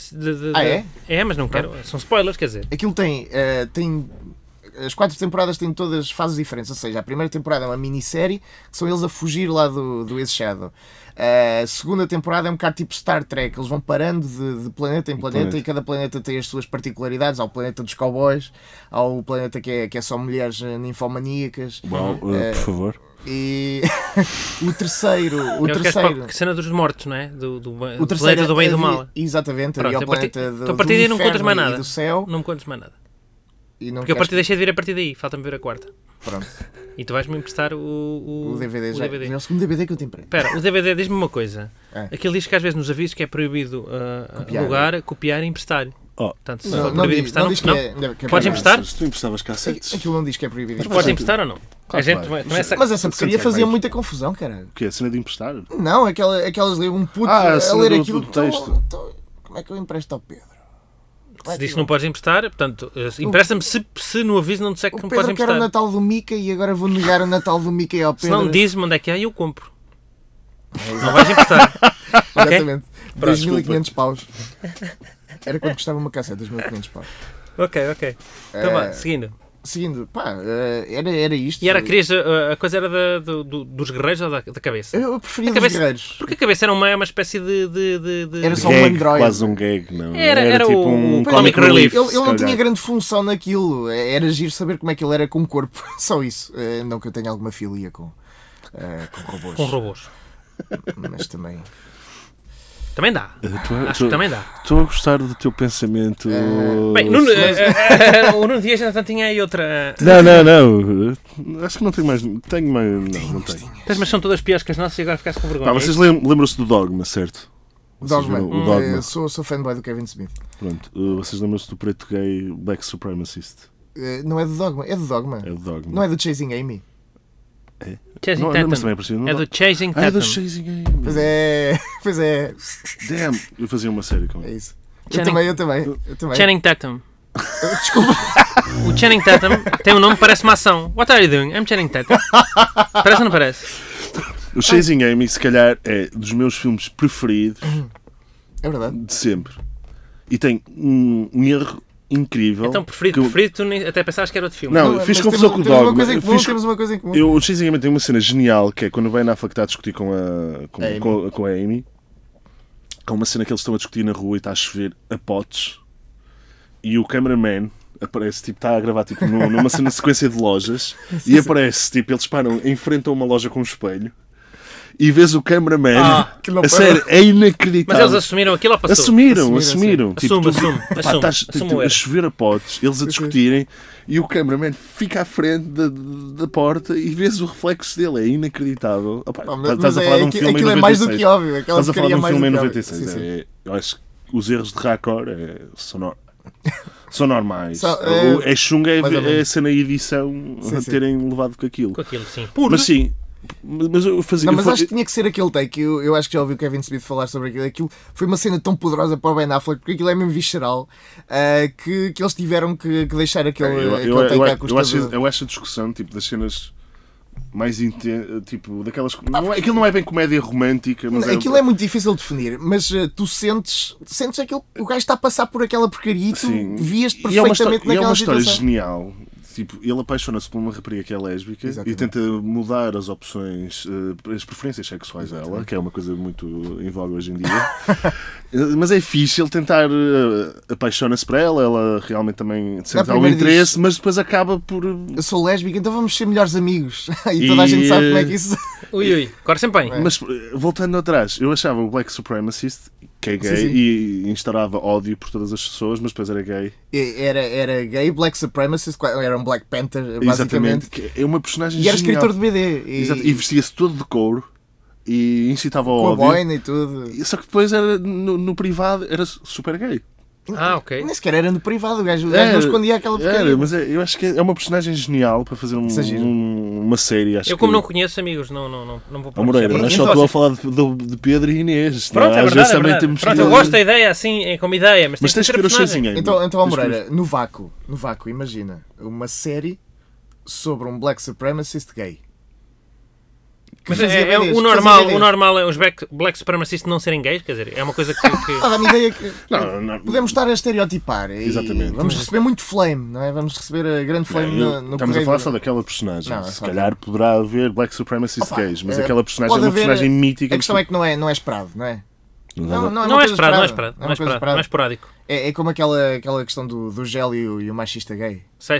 É, mas não quero. São spoilers, quer dizer. Aquilo tem as 4 temporadas têm todas fases diferentes, ou seja, a primeira temporada é uma minissérie, que são eles a fugir lá do ex-Shadow. A segunda temporada é um bocado tipo Star Trek, eles vão parando de planeta em planeta e cada planeta tem as suas particularidades. Há o planeta dos cowboys, há o planeta que é só mulheres ninfomaníacas. Por favor. E o terceiro. A cena dos mortos, não é? O planeta do bem e do mal. Exatamente, pronto, o planeta do a partir daí não contas mais nada. Do céu. Não me contas mais nada. Porque eu deixei de vir a partir daí, falta-me ver a quarta. Pronto. E tu vais-me emprestar o DVD. É o segundo DVD que eu te emprego. Espera, o DVD diz-me uma coisa. Aquilo diz que às vezes nos avisos que é proibido alugar, copiar e emprestar. Portanto, se for proibido emprestar, não. Podes emprestar? Se tu emprestavas cassetes. Aquilo não diz que é proibido emprestar. Podes emprestar ou não? Mas essa porcaria fazia muita confusão, caralho. O que é? A cena de emprestar? Não, aquelas ler um puto a ler aquilo. Como é que eu empresto ao Pedro? Se diz que não podes emprestar, portanto, empresta-me se no aviso não disser que não podes emprestar. Eu quero o Natal do Mickey e agora vou negar o Natal do Mickey ao Pedro. Se não diz-me onde é que é, eu compro. Não vais emprestar. Exatamente. 2.500 paus. Era quando custava uma cassete, 2.500 paus. Ok. Então vá, seguindo, era isto. E a coisa era dos guerreiros ou da cabeça? Eu preferia dos guerreiros. Porque a cabeça era uma espécie de... Era só um androide. Quase um gag, não. Era tipo um comic relief. Ele não tinha grande função naquilo. Era giro saber como é que ele era com o corpo. Só isso. Não que eu tenha alguma filia com robôs. Com robôs. Mas também... Também dá. Acho que também dá. Estou a gostar do teu pensamento. Bem, o Nuno Dias já tinha aí outra. Não. Acho que não tenho mais. Tenho mais. Não tenho. Mas são todas piores que as nossas e agora ficaste com vergonha. Vocês lembram-se do Dogma, certo? Dogma. O Dogma. Sou fanboy do Kevin Smith. Pronto. Vocês lembram-se do preto gay Black Supremacist? Não é do Dogma. É do Dogma. Não é do Chasing Amy. É? Chasing Tatum. É do Chasing Tatum. É do Chasing Amy. Pois é. Damn, eu fazia uma série com ele. É isso. Eu também. Channing Tatum. Desculpa. O Channing Tatum tem um nome que parece uma ação. What are you doing? I'm Channing Tatum. Parece ou não parece? O Chasing Amy, se calhar, é dos meus filmes preferidos. É verdade. De sempre. E tem um erro incrível. Então, preferido, tu até pensavas que era outro filme. Não, fiz confusão com o Dogma. Temos uma coisa em comum. O Chasing Amy tem uma cena genial, que é quando vai na Affleck a discutir com a Amy. Há uma cena que eles estão a discutir na rua e está a chover a potes. E o cameraman aparece, tipo, está a gravar tipo, numa cena sequência de lojas. E aparece, tipo, eles param em frente a uma loja com um espelho. E vês o cameraman, a sério, é inacreditável. Mas eles assumiram aquilo ou passou? Assumiram. Tipo, estás a chover a potes, eles a discutirem, e o cameraman fica à frente da porta e vês o reflexo dele, é inacreditável. Estás a falar de um filme em 96. É mais do que óbvio. Estás a falar de um filme em 96. Eu acho que os erros de Racor são normais. É chunga é a cena e edição terem levado com aquilo. Sim. Mas sim. Mas eu fazia. Mas acho que tinha que ser aquele take. Eu acho que já ouvi o Kevin Smith falar sobre aquilo. Aquilo foi uma cena tão poderosa para o Ben Affleck, porque aquilo é mesmo visceral, que eles tiveram que deixar aquele take à custa. Eu acho a discussão tipo, das cenas mais tipo daquelas. Aquilo não é bem comédia romântica. Mas aquilo é muito difícil de definir, mas tu sentes aquilo. O gajo está a passar por aquela porcaria e tu vias-te perfeitamente naquela situação. É uma história genial. Tipo, ele apaixona-se por uma rapariga que é lésbica. Exatamente. E tenta mudar as opções, as preferências sexuais dela, que é uma coisa muito em voga hoje em dia. Mas é fixe ele tentar apaixona-se por ela realmente também sente algum interesse, mas depois acaba por... Eu sou lésbica, então vamos ser melhores amigos. E toda a gente sabe como é que isso... Ui, agora sempre bem. Mas voltando atrás, eu achava o Black Supremacist, que é gay, e instaurava ódio por todas as pessoas, mas depois era gay. Era gay, Black Supremacist, era um Black Panther, basicamente. Exatamente. É uma personagem genial. E era genial. escritor de BD. E vestia-se todo de couro e incitava ao ódio. Com a boina e tudo. Só que depois era no privado era super gay. Ok. Nem sequer era no privado, o gajo não escondia aquela porcaria. Mas eu acho que é uma personagem genial para fazer um uma série, acho Eu, como que... não conheço, amigos, não vou pôr. Moreira, mas só estou a falar de Pedro e Inês. Pronto, não? é Às verdade, vezes é também verdade. temos Pronto, que... eu gosto da ideia assim, como ideia, mas tens que ver o chazinho. Então, Moreira, no vácuo, imagina uma série sobre um black supremacist gay. Mas o normal é os black supremacistas não serem gays, quer dizer, é uma coisa que... Dá-me ideia que Não. podemos estar a estereotipar. Exatamente. Vamos receber muito flame, não é? Vamos receber a grande flame no Estamos a falar só daquela personagem. Não, se calhar poderá haver black supremacist gays, mas aquela personagem é pode uma personagem mítica. A questão é que não é esperado, não é? Não é esporádico. É como aquela questão do Gélio e o machista gay. Sei.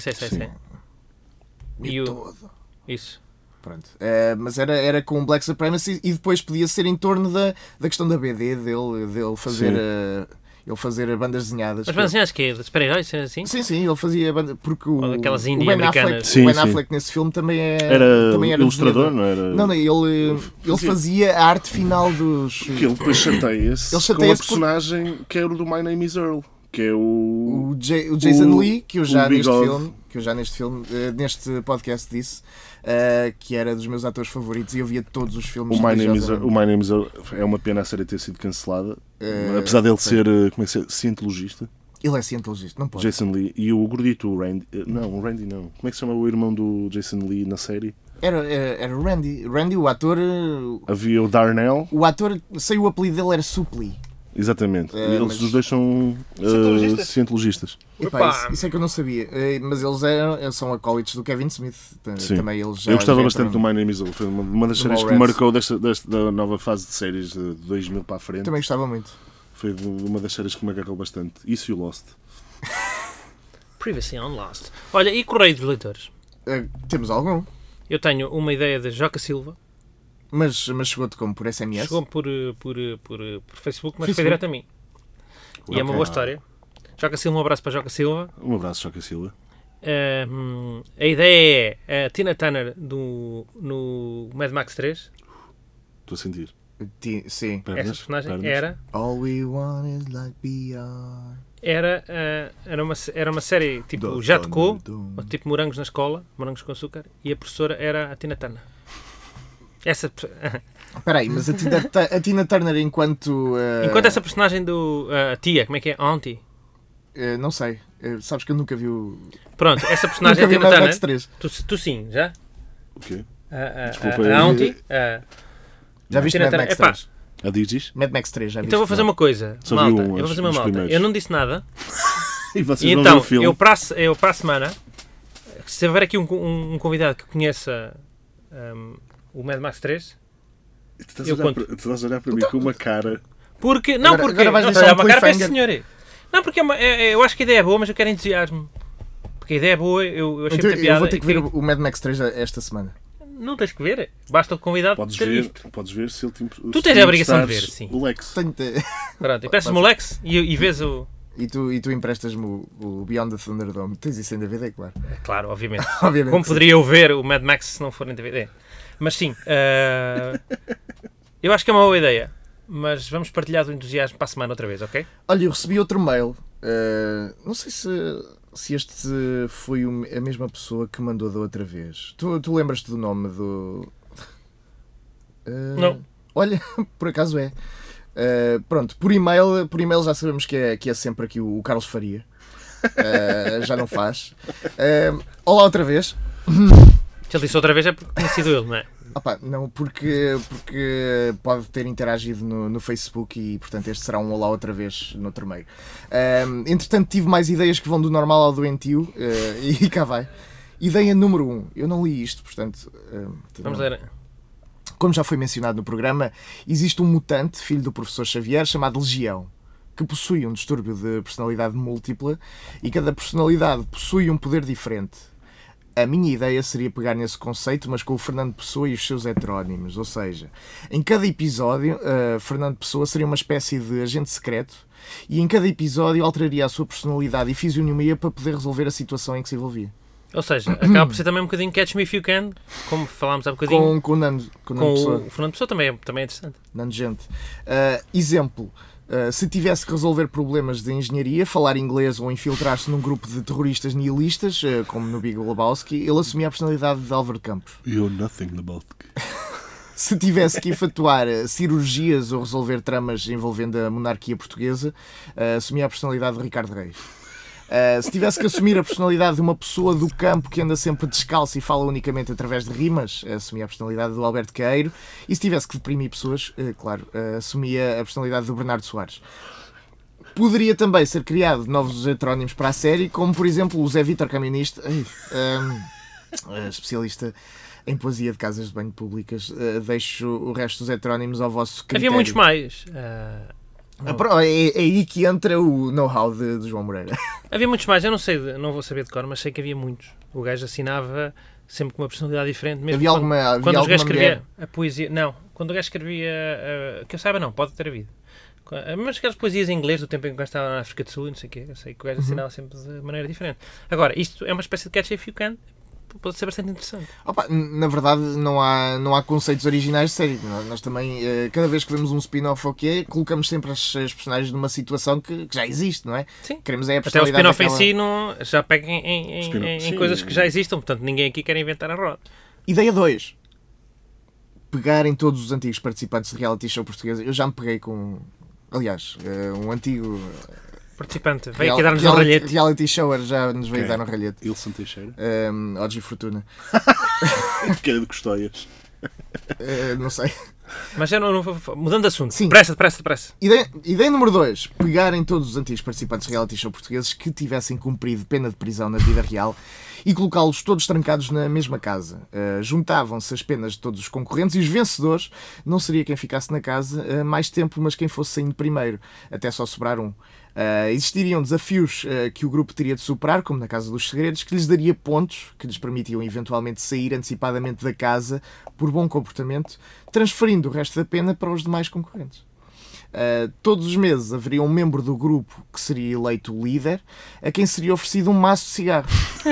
E todo. Isso. Pronto. Mas era com o Black Supremacy e depois podia ser em torno da questão da BD dele fazer ele fazer bandas desenhadas. Mas bandas desenhadas que é? De super-heróis, assim? Sim, ele fazia porque aquelas o Ben Affleck nesse filme também era ilustrador, desenhador. não era? Não, ele fazia a arte final dos... Porque ele depois chateia-se com a personagem que era o do My Name is Earl, que é o Jason Lee, que eu já neste filme, neste podcast disse, que era dos meus atores favoritos e eu via todos os filmes. O My Name is Earl é uma pena a série ter sido cancelada, apesar dele ser cientologista. Ele é cientologista, não pode. Jason Lee e o gordito, o Randy. Não, o Randy não. Como é que se chama o irmão do Jason Lee na série? Era o Randy. Randy, o ator. Havia o Darnell. O ator, sei o apelido dele era Supli. Exatamente. Eles os dois são cientologistas. Epá, isso é que eu não sabia. Mas eles são acólitos do Kevin Smith. Também eles já, eu gostava bastante do My Name is Earl. Foi uma das séries que me marcou da nova fase de séries de 2000 para a frente. Também gostava muito. Foi uma das séries que me agarrou bastante. Isso e o Lost. Previously on Lost. Olha, e Correio dos Leitores? Temos algum. Eu tenho uma ideia de Joca Silva. Mas chegou-te como? Por SMS? Chegou por Facebook, mas foi direto a mim. E é uma boa história. Joca Silva, um abraço para Joca Silva. Um abraço, Joca Silva. A ideia é a Tina Turner no Mad Max 3. Estou a sentir. Sim. Essa personagem era... All we want is like beyond. Era uma série tipo Já Tocou, tipo Morangos na Escola, Morangos com Açúcar, e a professora era a Tina Turner. Espera aí, mas a Tina Turner enquanto essa personagem do tia, como é que é? Auntie? Não sei. Sabes que eu nunca vi o... Pronto, essa personagem é a Tina Turner. Tu sim, já? O quê? Desculpa, a Auntie? Já viste Mad Max 3? Dizes? Mad Max 3, já viste? Então vou fazer uma coisa, malta. Eu vou fazer uma malta. Eu não disse nada. E vocês então, vão ver o filme. eu para a semana, se houver aqui um convidado que conheça o Mad Max 3, tu estás a olhar para mim com uma cara... Porque agora vais deixar uma cara para este senhor. Não, porque eu acho que a ideia é boa, mas eu quero entusiasmo. Porque a ideia é boa, eu achei muita piada. Eu vou ter que ver o Mad Max 3 esta semana. Não tens que ver, basta o convidado. Podes ver se ele tem... Tu tens a obrigação de ver, sim. O Lex. Pronto, emprestas-me o Lex e vês o... E tu emprestas-me o Beyond the Thunderdome. Tens isso em DVD, claro. Claro, obviamente. Obviamente. Como poderia eu ver o Mad Max se não for em DVD? Mas sim, eu acho que é uma boa ideia. Mas vamos partilhar do entusiasmo para a semana outra vez, ok? Olha, eu recebi outro mail. Não sei se este foi a mesma pessoa que mandou da outra vez. Tu lembras-te do nome do... Não. Olha, por acaso é. Pronto, por e-mail já sabemos que é sempre aqui o Carlos Faria. Já não faz. Olá outra vez. Se ele disse outra vez é porque tinha sido ele, não é? Opa, não, porque pode ter interagido no Facebook e, portanto, este será um olá outra vez no outro meio. Entretanto, tive mais ideias que vão do normal ao doentio e cá vai. Ideia número 1. Eu não li isto, portanto... Vamos ler. Como já foi mencionado no programa, existe um mutante, filho do professor Xavier, chamado Legião, que possui um distúrbio de personalidade múltipla e cada personalidade possui um poder diferente. A minha ideia seria pegar nesse conceito, mas com o Fernando Pessoa e os seus heterónimos. Ou seja, em cada episódio, Fernando Pessoa seria uma espécie de agente secreto e em cada episódio alteraria a sua personalidade e fisionomia para poder resolver a situação em que se envolvia. Ou seja, acaba por ser também um bocadinho Catch Me If You Can, como falámos há bocadinho. Com o Nando Pessoa. O Fernando Pessoa também é interessante. Nando Gente. Exemplo. Se tivesse que resolver problemas de engenharia, falar inglês ou infiltrar-se num grupo de terroristas nihilistas, como no Big Lebowski, ele assumia a personalidade de Álvaro Campos. You're nothing, Lebowski. Se tivesse que efetuar cirurgias ou resolver tramas envolvendo a monarquia portuguesa, assumia a personalidade de Ricardo Reis. Se tivesse que assumir a personalidade de uma pessoa do campo que anda sempre descalço e fala unicamente através de rimas, assumia a personalidade do Alberto Queiro. E se tivesse que deprimir pessoas, claro, assumia a personalidade do Bernardo Soares. Poderia também ser criado novos heterónimos para a série, como por exemplo o Zé Vítor Camionista, especialista em poesia de casas de banho públicas. Deixo o resto dos heterónimos ao vosso critério. Havia muitos mais. É aí que entra o know-how de João Moreira. Havia muitos mais, eu não sei, não vou saber de cor, mas sei que havia muitos. O gajo assinava sempre com uma personalidade diferente. Mesmo havia quando o gajo escrevia mulher? A poesia. Não, quando o gajo escrevia. Que eu saiba, não, pode ter havido. Mas aquelas poesias em inglês do tempo em que o gajo estava na África do Sul e não sei o quê, eu sei que o gajo assinava sempre de maneira diferente. Agora, isto é uma espécie de catch if you can. Pode ser bastante interessante. Na verdade, não há conceitos originais de série. Nós também, cada vez que vemos um spin-off ou quê, colocamos sempre as personagens numa situação que já existe, não é? Sim. Queremos a até o spin-off daquela... em si não, já pega em coisas que já existam, portanto ninguém aqui quer inventar a roda. Ideia 2. Pegarem todos os antigos participantes de reality show português. Eu já me peguei com... Aliás, um antigo... Participante, veio aqui dar-nos um ralhete. Reality shower já nos veio dar um ralhete. Ilson Teixeira. Odgi Fortuna. Que era de Custóias. Não sei. Mas já não mudando de assunto. Sim. Pressa. Ideia número 2. Pegarem todos os antigos participantes de reality show portugueses que tivessem cumprido pena de prisão na vida real e colocá-los todos trancados na mesma casa. Juntavam-se as penas de todos os concorrentes e os vencedores não seria quem ficasse na casa mais tempo, mas quem fosse saindo primeiro, até só sobrar um. Existiriam desafios que o grupo teria de superar, como na Casa dos Segredos, que lhes daria pontos, que lhes permitiam eventualmente sair antecipadamente da casa por bom comportamento, transferindo o resto da pena para os demais concorrentes. Todos os meses haveria um membro do grupo que seria eleito líder, a quem seria oferecido um maço de cigarros.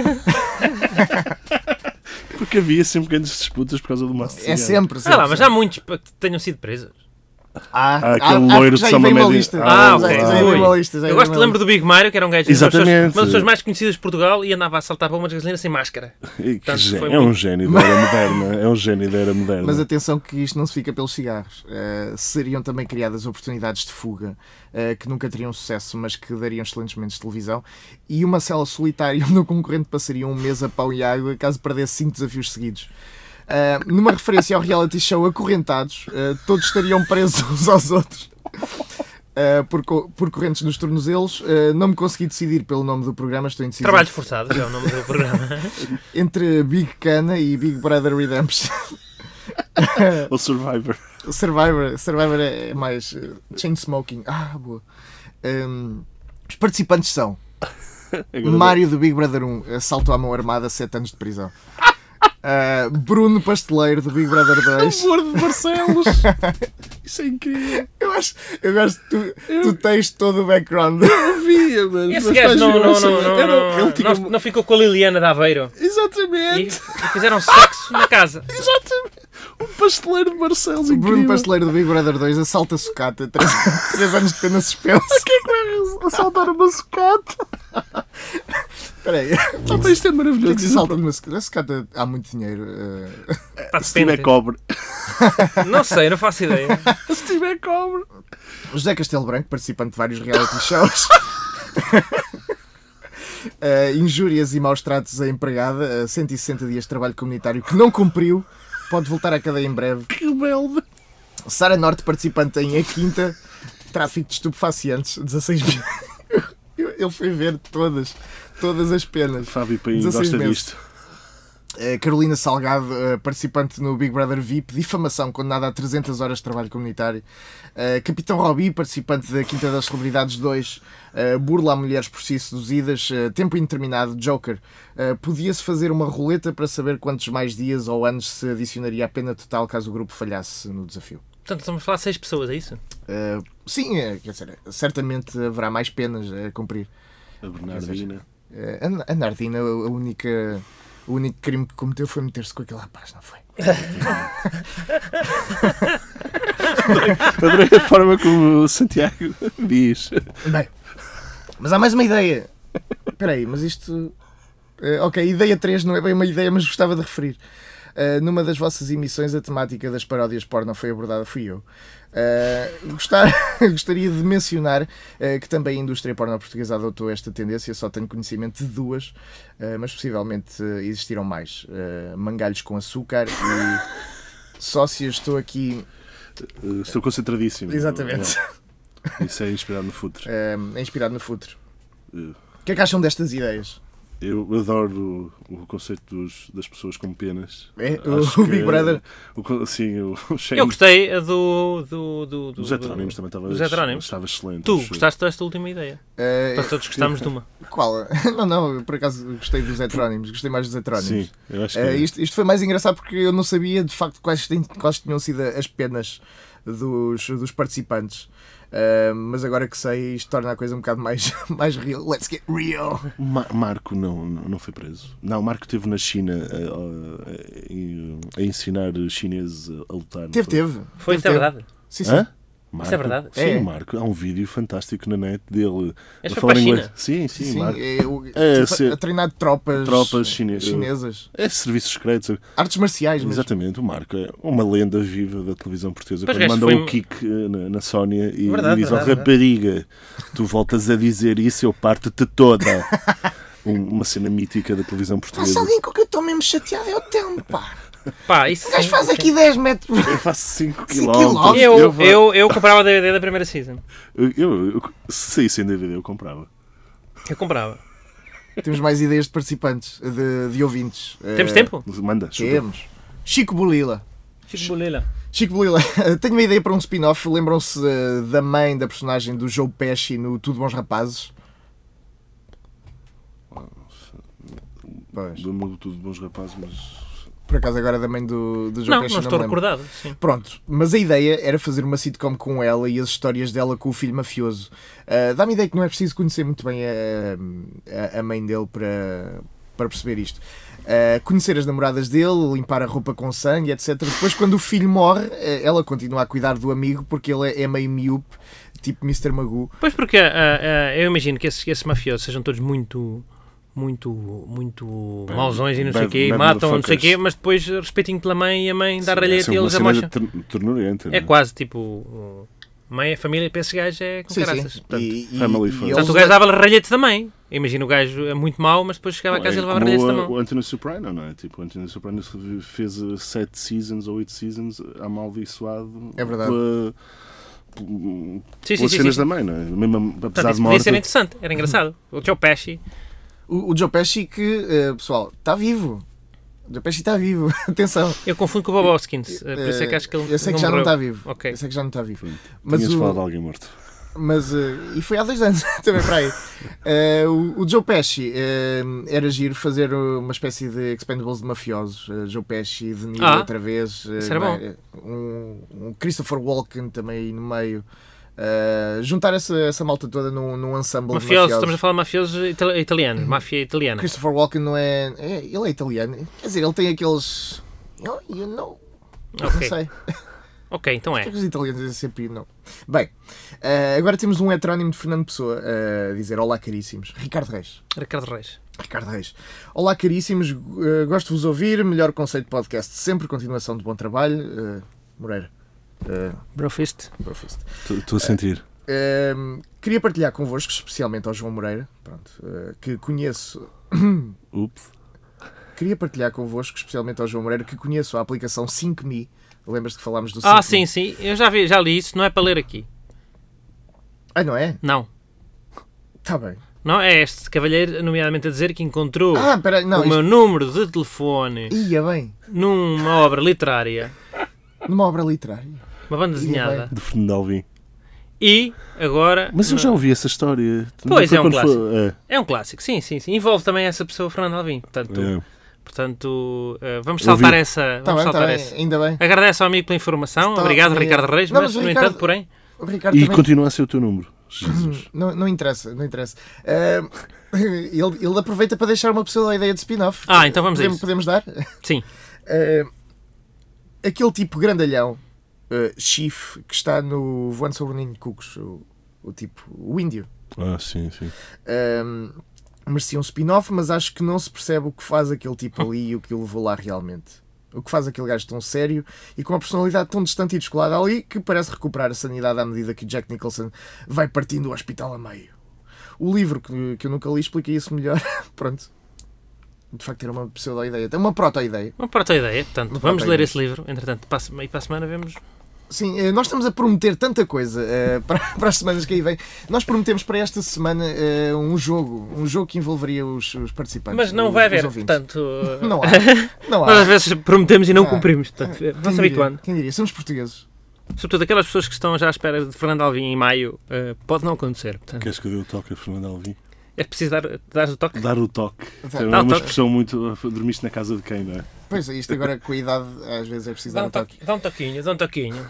Porque havia sempre grandes disputas por causa do maço de cigarros. Sempre. Mas há muitos que tenham sido presos. Aquele loiro de já São vem uma Média. lista. Ok. Eu gosto de lembro do Big Mário, que era um gajo Exatamente. uma das pessoas mais conhecidas de Portugal e andava a saltar bombas de gasolina sem máscara. É um gênio da era moderna. É um gênio da era moderna. Mas atenção que isto não se fica pelos cigarros. Seriam também criadas oportunidades de fuga que nunca teriam sucesso, mas que dariam excelentes momentos de televisão. E uma cela solitária onde o concorrente passaria um mês a pão e água caso perdesse 5 desafios seguidos. Numa referência ao reality show Acorrentados, todos estariam presos uns aos outros por correntes nos tornozelos. Não me consegui decidir pelo nome do programa, estou indeciso. Trabalhos Forçados é o nome do programa. Entre Big Cana e Big Brother Redemption. Ou Survivor. Survivor é mais Chainsmoking. Boa. Os participantes são Mário do Big Brother 1, assalto à mão armada, 7 anos de prisão. Bruno Pasteleiro do Big Brother 2. Amor de Barcelos. Isso é incrível. Eu acho que tu tens todo o background. Eu via, mano. Esse gajo não ficou com a Liliana de Aveiro. Exatamente. E fizeram sexo na casa. Exatamente. O Pasteleiro de Barcelos. O Bruno Pasteleiro do Big Brother 2 assalta a sucata. 3 anos de pena suspensa. O que é que vai assaltar uma sucata? Espera aí. Isto é maravilhoso. O que é que se salta numa sucata? A sucata há muito dinheiro. Se tiver cobre. Não sei, não faço ideia. Se tiver cobre. O José Castelo Branco, participante de vários reality shows. Injúrias e maus tratos à empregada, 160 dias de trabalho comunitário que não cumpriu, pode voltar à cadeia em breve. Que rebelde. Sara Norte, participante em A Quinta, tráfico de estupefacientes, 16 mil. Ele foi ver todas as penas. Fábio Paim gosta disto. Carolina Salgado, participante no Big Brother VIP, difamação condenada a 300 horas de trabalho comunitário. Capitão Robi, participante da Quinta das Celebridades 2, burla a mulheres por si seduzidas. Tempo indeterminado, Joker. Podia-se fazer uma roleta para saber quantos mais dias ou anos se adicionaria a pena total caso o grupo falhasse no desafio. Portanto, estamos a falar de 6 pessoas, é isso? Sim, quer dizer, certamente haverá mais penas a cumprir. A Bernardina. A Nardina, a única O único crime que cometeu foi meter-se com aquele rapaz, não foi? Adorei a forma como o Santiago diz. Bem, mas há mais uma ideia. Espera aí, mas isto... ok, ideia 3 não é bem uma ideia, mas gostava de referir. Numa das vossas emissões, a temática das paródias porno foi abordada, fui eu. Gostaria de mencionar que também a indústria porno portuguesa adotou esta tendência. Só tenho conhecimento de 2, mas possivelmente existiram mais. Mangalhos com açúcar e sócias. Estou aqui... Estou concentradíssimo. Exatamente. Isso é inspirado no futre. É inspirado no futre. O que é que acham destas ideias? Eu adoro o conceito das pessoas com penas. O Big Brother? Sim, o Shane. Eu gostei Dos heterónimos também estava excelente. Tu gostaste desta última ideia? Nós todos gostámos de uma. Qual? Não, por acaso gostei dos heterónimos. Gostei mais dos heterónimos. Sim, eu acho que isto foi mais engraçado porque eu não sabia de facto quais tinham sido as penas dos participantes. Mas agora que sei, isto torna a coisa um bocado mais real. Let's get real! Marco não foi preso. Não, Marco esteve na China a ensinar chineses a lutar. Teve. Foi, isso é verdade. Sim. Marco, isso é verdade? Sim, Marco. Há um vídeo fantástico na net dele a falar inglês. Sim, Marco. A treinar tropas chinesas. É serviços secretos. Artes marciais mesmo. Exatamente. O Marco é uma lenda viva da televisão portuguesa. Quando manda um kick na Sónia e diz: rapariga, tu voltas a dizer isso, eu parto-te toda. Uma cena mítica da televisão portuguesa. Mas alguém com que eu estou mesmo chateado é o Telmo, pá. Isso o gajo faz aqui 10 metros. Eu faço 5 km. Eu comprava o DVD da primeira season. Se saísse em DVD, eu comprava. Temos mais ideias de participantes, de ouvintes. Temos tempo? Manda. Temos. Chico Bolila. Tenho uma ideia para um spin-off. Lembram-se da mãe da personagem do Joe Pesci no Tudo Bons Rapazes? Do Tudo Bons Rapazes, mas... Por acaso agora da mãe do Joe Pesci não estou recordado. Sim. Pronto, mas a ideia era fazer uma sitcom com ela e as histórias dela com o filho mafioso. Dá-me a ideia que não é preciso conhecer muito bem a mãe dele para perceber isto. Conhecer as namoradas dele, limpar a roupa com sangue, etc. Depois, quando o filho morre, ela continua a cuidar do amigo porque ele é meio miúpe, tipo Mr. Magoo. Pois porque eu imagino que esses mafiosos sejam todos muito mauzões e não sei o quê, matam não sei o quê, mas depois respeitem pela mãe e a mãe dá ralheta e eles amocham. É quase tipo mãe, a família para esse gajo é com caraças. Portanto, o gajo dava ralhete da mãe. Imagina, o gajo é muito mau, mas depois chegava a casa e levava ralhete da mão. O Anthony Soprano, não é? Tipo, o Anthony Soprano fez 7 seasons ou 8 seasons amaldiçoado. É verdade. Pelas cenas da mãe, não é? Mesmo, apesar de podia ser interessante, era engraçado. O Joe Pesci. O Joe Pesci que, pessoal, está vivo. O Joe Pesci está vivo. Atenção. Eu confundo com o Bob Hoskins. Por isso é que acho que ele eu sei que já morreu. não está vivo. Okay. Eu sei que já não está vivo. Tinhas falado de alguém morto. Mas, e foi há 2 anos também para aí. O Joe Pesci era giro fazer uma espécie de Expendables de mafiosos. Joe Pesci, De Niro outra vez. Isso era bom. Um Christopher Walken também aí no meio. Juntar essa malta toda num ensemble de mafiosos. Estamos a falar de mafiosos italianos, máfia italiana. Christopher Walken não é... Ele é italiano. Quer dizer, ele tem aqueles... You know. Okay. Não sei. Ok, então é. Os italianos dizem sempre não. Bem, agora temos um heterónimo de Fernando Pessoa a dizer: olá caríssimos. Ricardo Reis. Olá caríssimos, gosto de vos ouvir. Melhor conceito de podcast sempre. Continuação de bom trabalho. Moreira. Brofist. Estou a sentir. Queria partilhar convosco, especialmente ao João Moreira, que conheço. Ups. Queria partilhar convosco, especialmente ao João Moreira, que conheço a aplicação 5Me. Lembras-te que falámos do 5Me? Sim. Eu já li isso. Não é para ler aqui. Não é? Não. Está bem. Não, é este cavalheiro, nomeadamente a dizer que encontrou meu número de telefone numa obra literária. Numa obra literária? Uma banda desenhada. De Fernando Alvim. E agora... Mas eu já ouvi essa história. Pois, é um clássico. É um clássico, sim. Envolve também essa pessoa, Fernando Alvim. Portanto, vamos saltar essa. Ainda bem. Agradeço ao amigo pela informação. Obrigado, Ricardo Reis. Mas, no entanto, porém... E continua a ser o teu número. Jesus. Não interessa. Ele aproveita para deixar uma pseudo-ideia de spin-off. Então vamos a isso. Podemos dar? Sim. Aquele tipo grandalhão, Chief, que está no Voando sobre o Ninho de Cucos, o índio. Sim. Merecia um spin-off, mas acho que não se percebe o que faz aquele tipo ali e o que o levou lá realmente. O que faz aquele gajo tão sério e com uma personalidade tão distante e descolada ali que parece recuperar a sanidade à medida que o Jack Nicholson vai partindo o hospital a meio. O livro, que eu nunca li, explica isso melhor. Pronto. De facto, era uma pseudo-ideia. Uma proto-ideia. Uma proto-ideia. Portanto, vamos ler esse livro. Entretanto, para a semana vemos... Sim, nós estamos a prometer tanta coisa para as semanas que aí vem. Nós prometemos para esta semana um jogo que envolveria os participantes. Mas não vai haver, portanto... Não há. Nós às vezes prometemos e não cumprimos. Portanto, vamos habituando. Quem diria? Somos portugueses. Sobretudo aquelas pessoas que estão já à espera de Fernando Alvim em maio, pode não acontecer. Portanto, Queres que eu dê o toque a Fernando Alvim? é preciso dar o toque? Dar o toque. É Dá o uma toque. expressão muito... Dormiste na casa de quem, não é? Pois é, isto agora com a idade às vezes é preciso dar um toque. Dá um toquinho.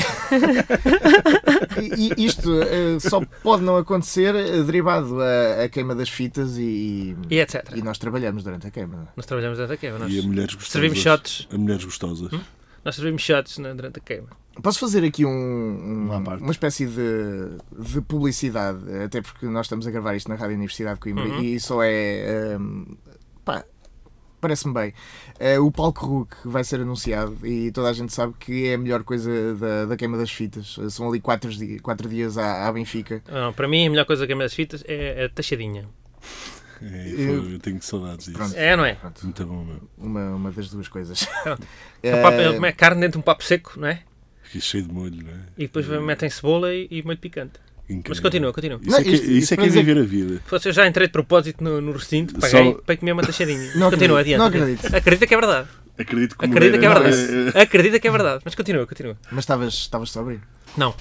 E isto só pode não acontecer derivado a queima das fitas e etc. E nós trabalhamos durante a queima. Nós trabalhamos durante a queima. Nós E a mulheres gostosas. servimos shots. A mulheres gostosas. Nós servimos shots durante a queima. Posso fazer aqui uma espécie de publicidade, até porque nós estamos a gravar isto na Rádio Universidade de Coimbra e só é... parece-me bem. O Palco Rook vai ser anunciado e toda a gente sabe que é a melhor coisa da queima das fitas. São ali 4 dias à Benfica. Não, para mim a melhor coisa da queima das fitas é a taxadinha. Eu tenho saudades disso. Pronto. Não é? Pronto. Muito bom, meu. Uma das duas coisas. Como é carne dentro de um papo seco, não é? Aqui cheio de molho, não é? E depois metem cebola e molho picante. Incrível. Mas continua. Isso é que é viver a vida. Eu já entrei de propósito no recinto, paguei para comer uma taxadinha. Não Continua, acredito, adiante. não acredito. Acredita que é verdade. Acredito que é verdade. Acredita que é verdade. Mas continua. Mas estavas sóbrio? Não.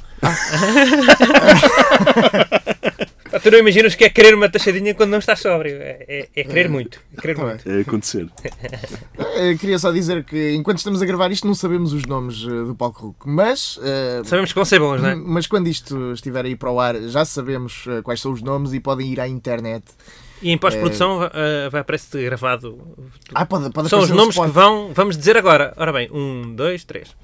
Tu não imaginas que é querer uma taxadinha quando não estás sóbrio. É querer muito. É acontecer. Queria só dizer que enquanto estamos a gravar isto não sabemos os nomes do Palco Rook, mas... sabemos que vão ser bons, não é? Mas quando isto estiver aí para o ar já sabemos quais são os nomes e podem ir à internet. E em pós-produção vai aparecer gravado. Pode São os nomes que vamos dizer agora. Ora bem, 1, 2, 3.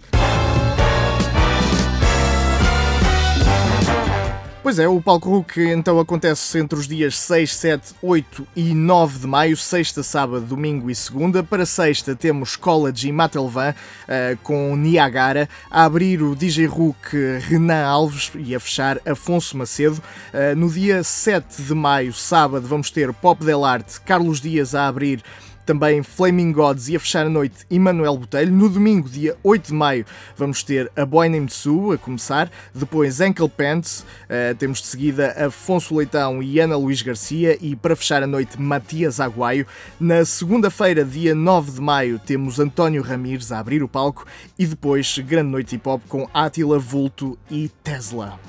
Pois é, o Palco Rook então acontece entre os dias 6, 7, 8 e 9 de maio, sexta, sábado, domingo e segunda. Para sexta temos College e Matelvan com Niagara, a abrir o DJ Rook Renan Alves e a fechar Afonso Macedo. No dia 7 de maio, sábado, vamos ter Pop Del Arte, Carlos Dias a abrir também Flaming Gods e a fechar a noite Emanuel Botelho. No domingo, dia 8 de maio, vamos ter a Boy Named Sue a começar, depois Ankle Pants, temos de seguida Afonso Leitão e Ana Luís Garcia e para fechar a noite Matias Aguaio. Na segunda-feira, dia 9 de maio, temos António Ramires a abrir o palco e depois grande noite hip hop com Átila, Vulto e Tesla.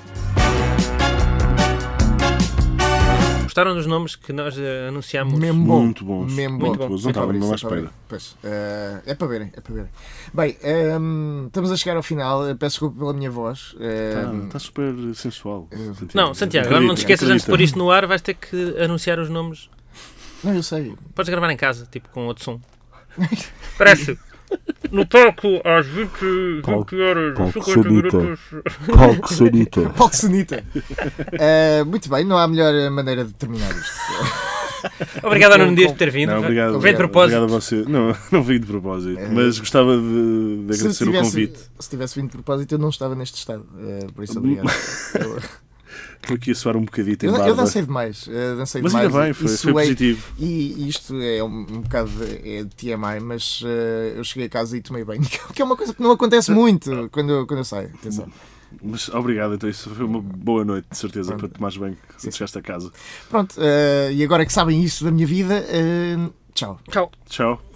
Gostaram dos nomes que nós anunciámos? Muito bons. Muito bons. Não estava mesmo à espera. Pois, é para verem. Bem, estamos a chegar ao final. Peço desculpa pela minha voz. Está super sensual. Não, Santiago, agora não te esqueças, antes de pôr isto no ar, vais ter que anunciar os nomes. Não, eu sei. Podes gravar em casa, tipo com outro som. Parece. No palco às 20 horas e 50 minutos. Palco Sonita. Muito bem, não há melhor maneira de terminar isto. Obrigado, Nuno Dias, por ter vindo. Não, obrigado, Vem de propósito. Obrigado a você. Não vim de propósito, mas gostava de agradecer o convite. Se tivesse vindo de propósito, eu não estava neste estado. Por isso, obrigado. Estou aqui a soar um bocadito em barba. Eu dancei demais. Mas ainda bem, foi positivo. E isto é um bocado de TMI, mas eu cheguei a casa e tomei banho, que é uma coisa que não acontece muito quando eu saio. Atenção. Mas obrigado, então isso foi uma boa noite, de certeza, para tomares bem quando chegaste a casa. Pronto, e agora que sabem isso da minha vida, tchau. Tchau. Tchau.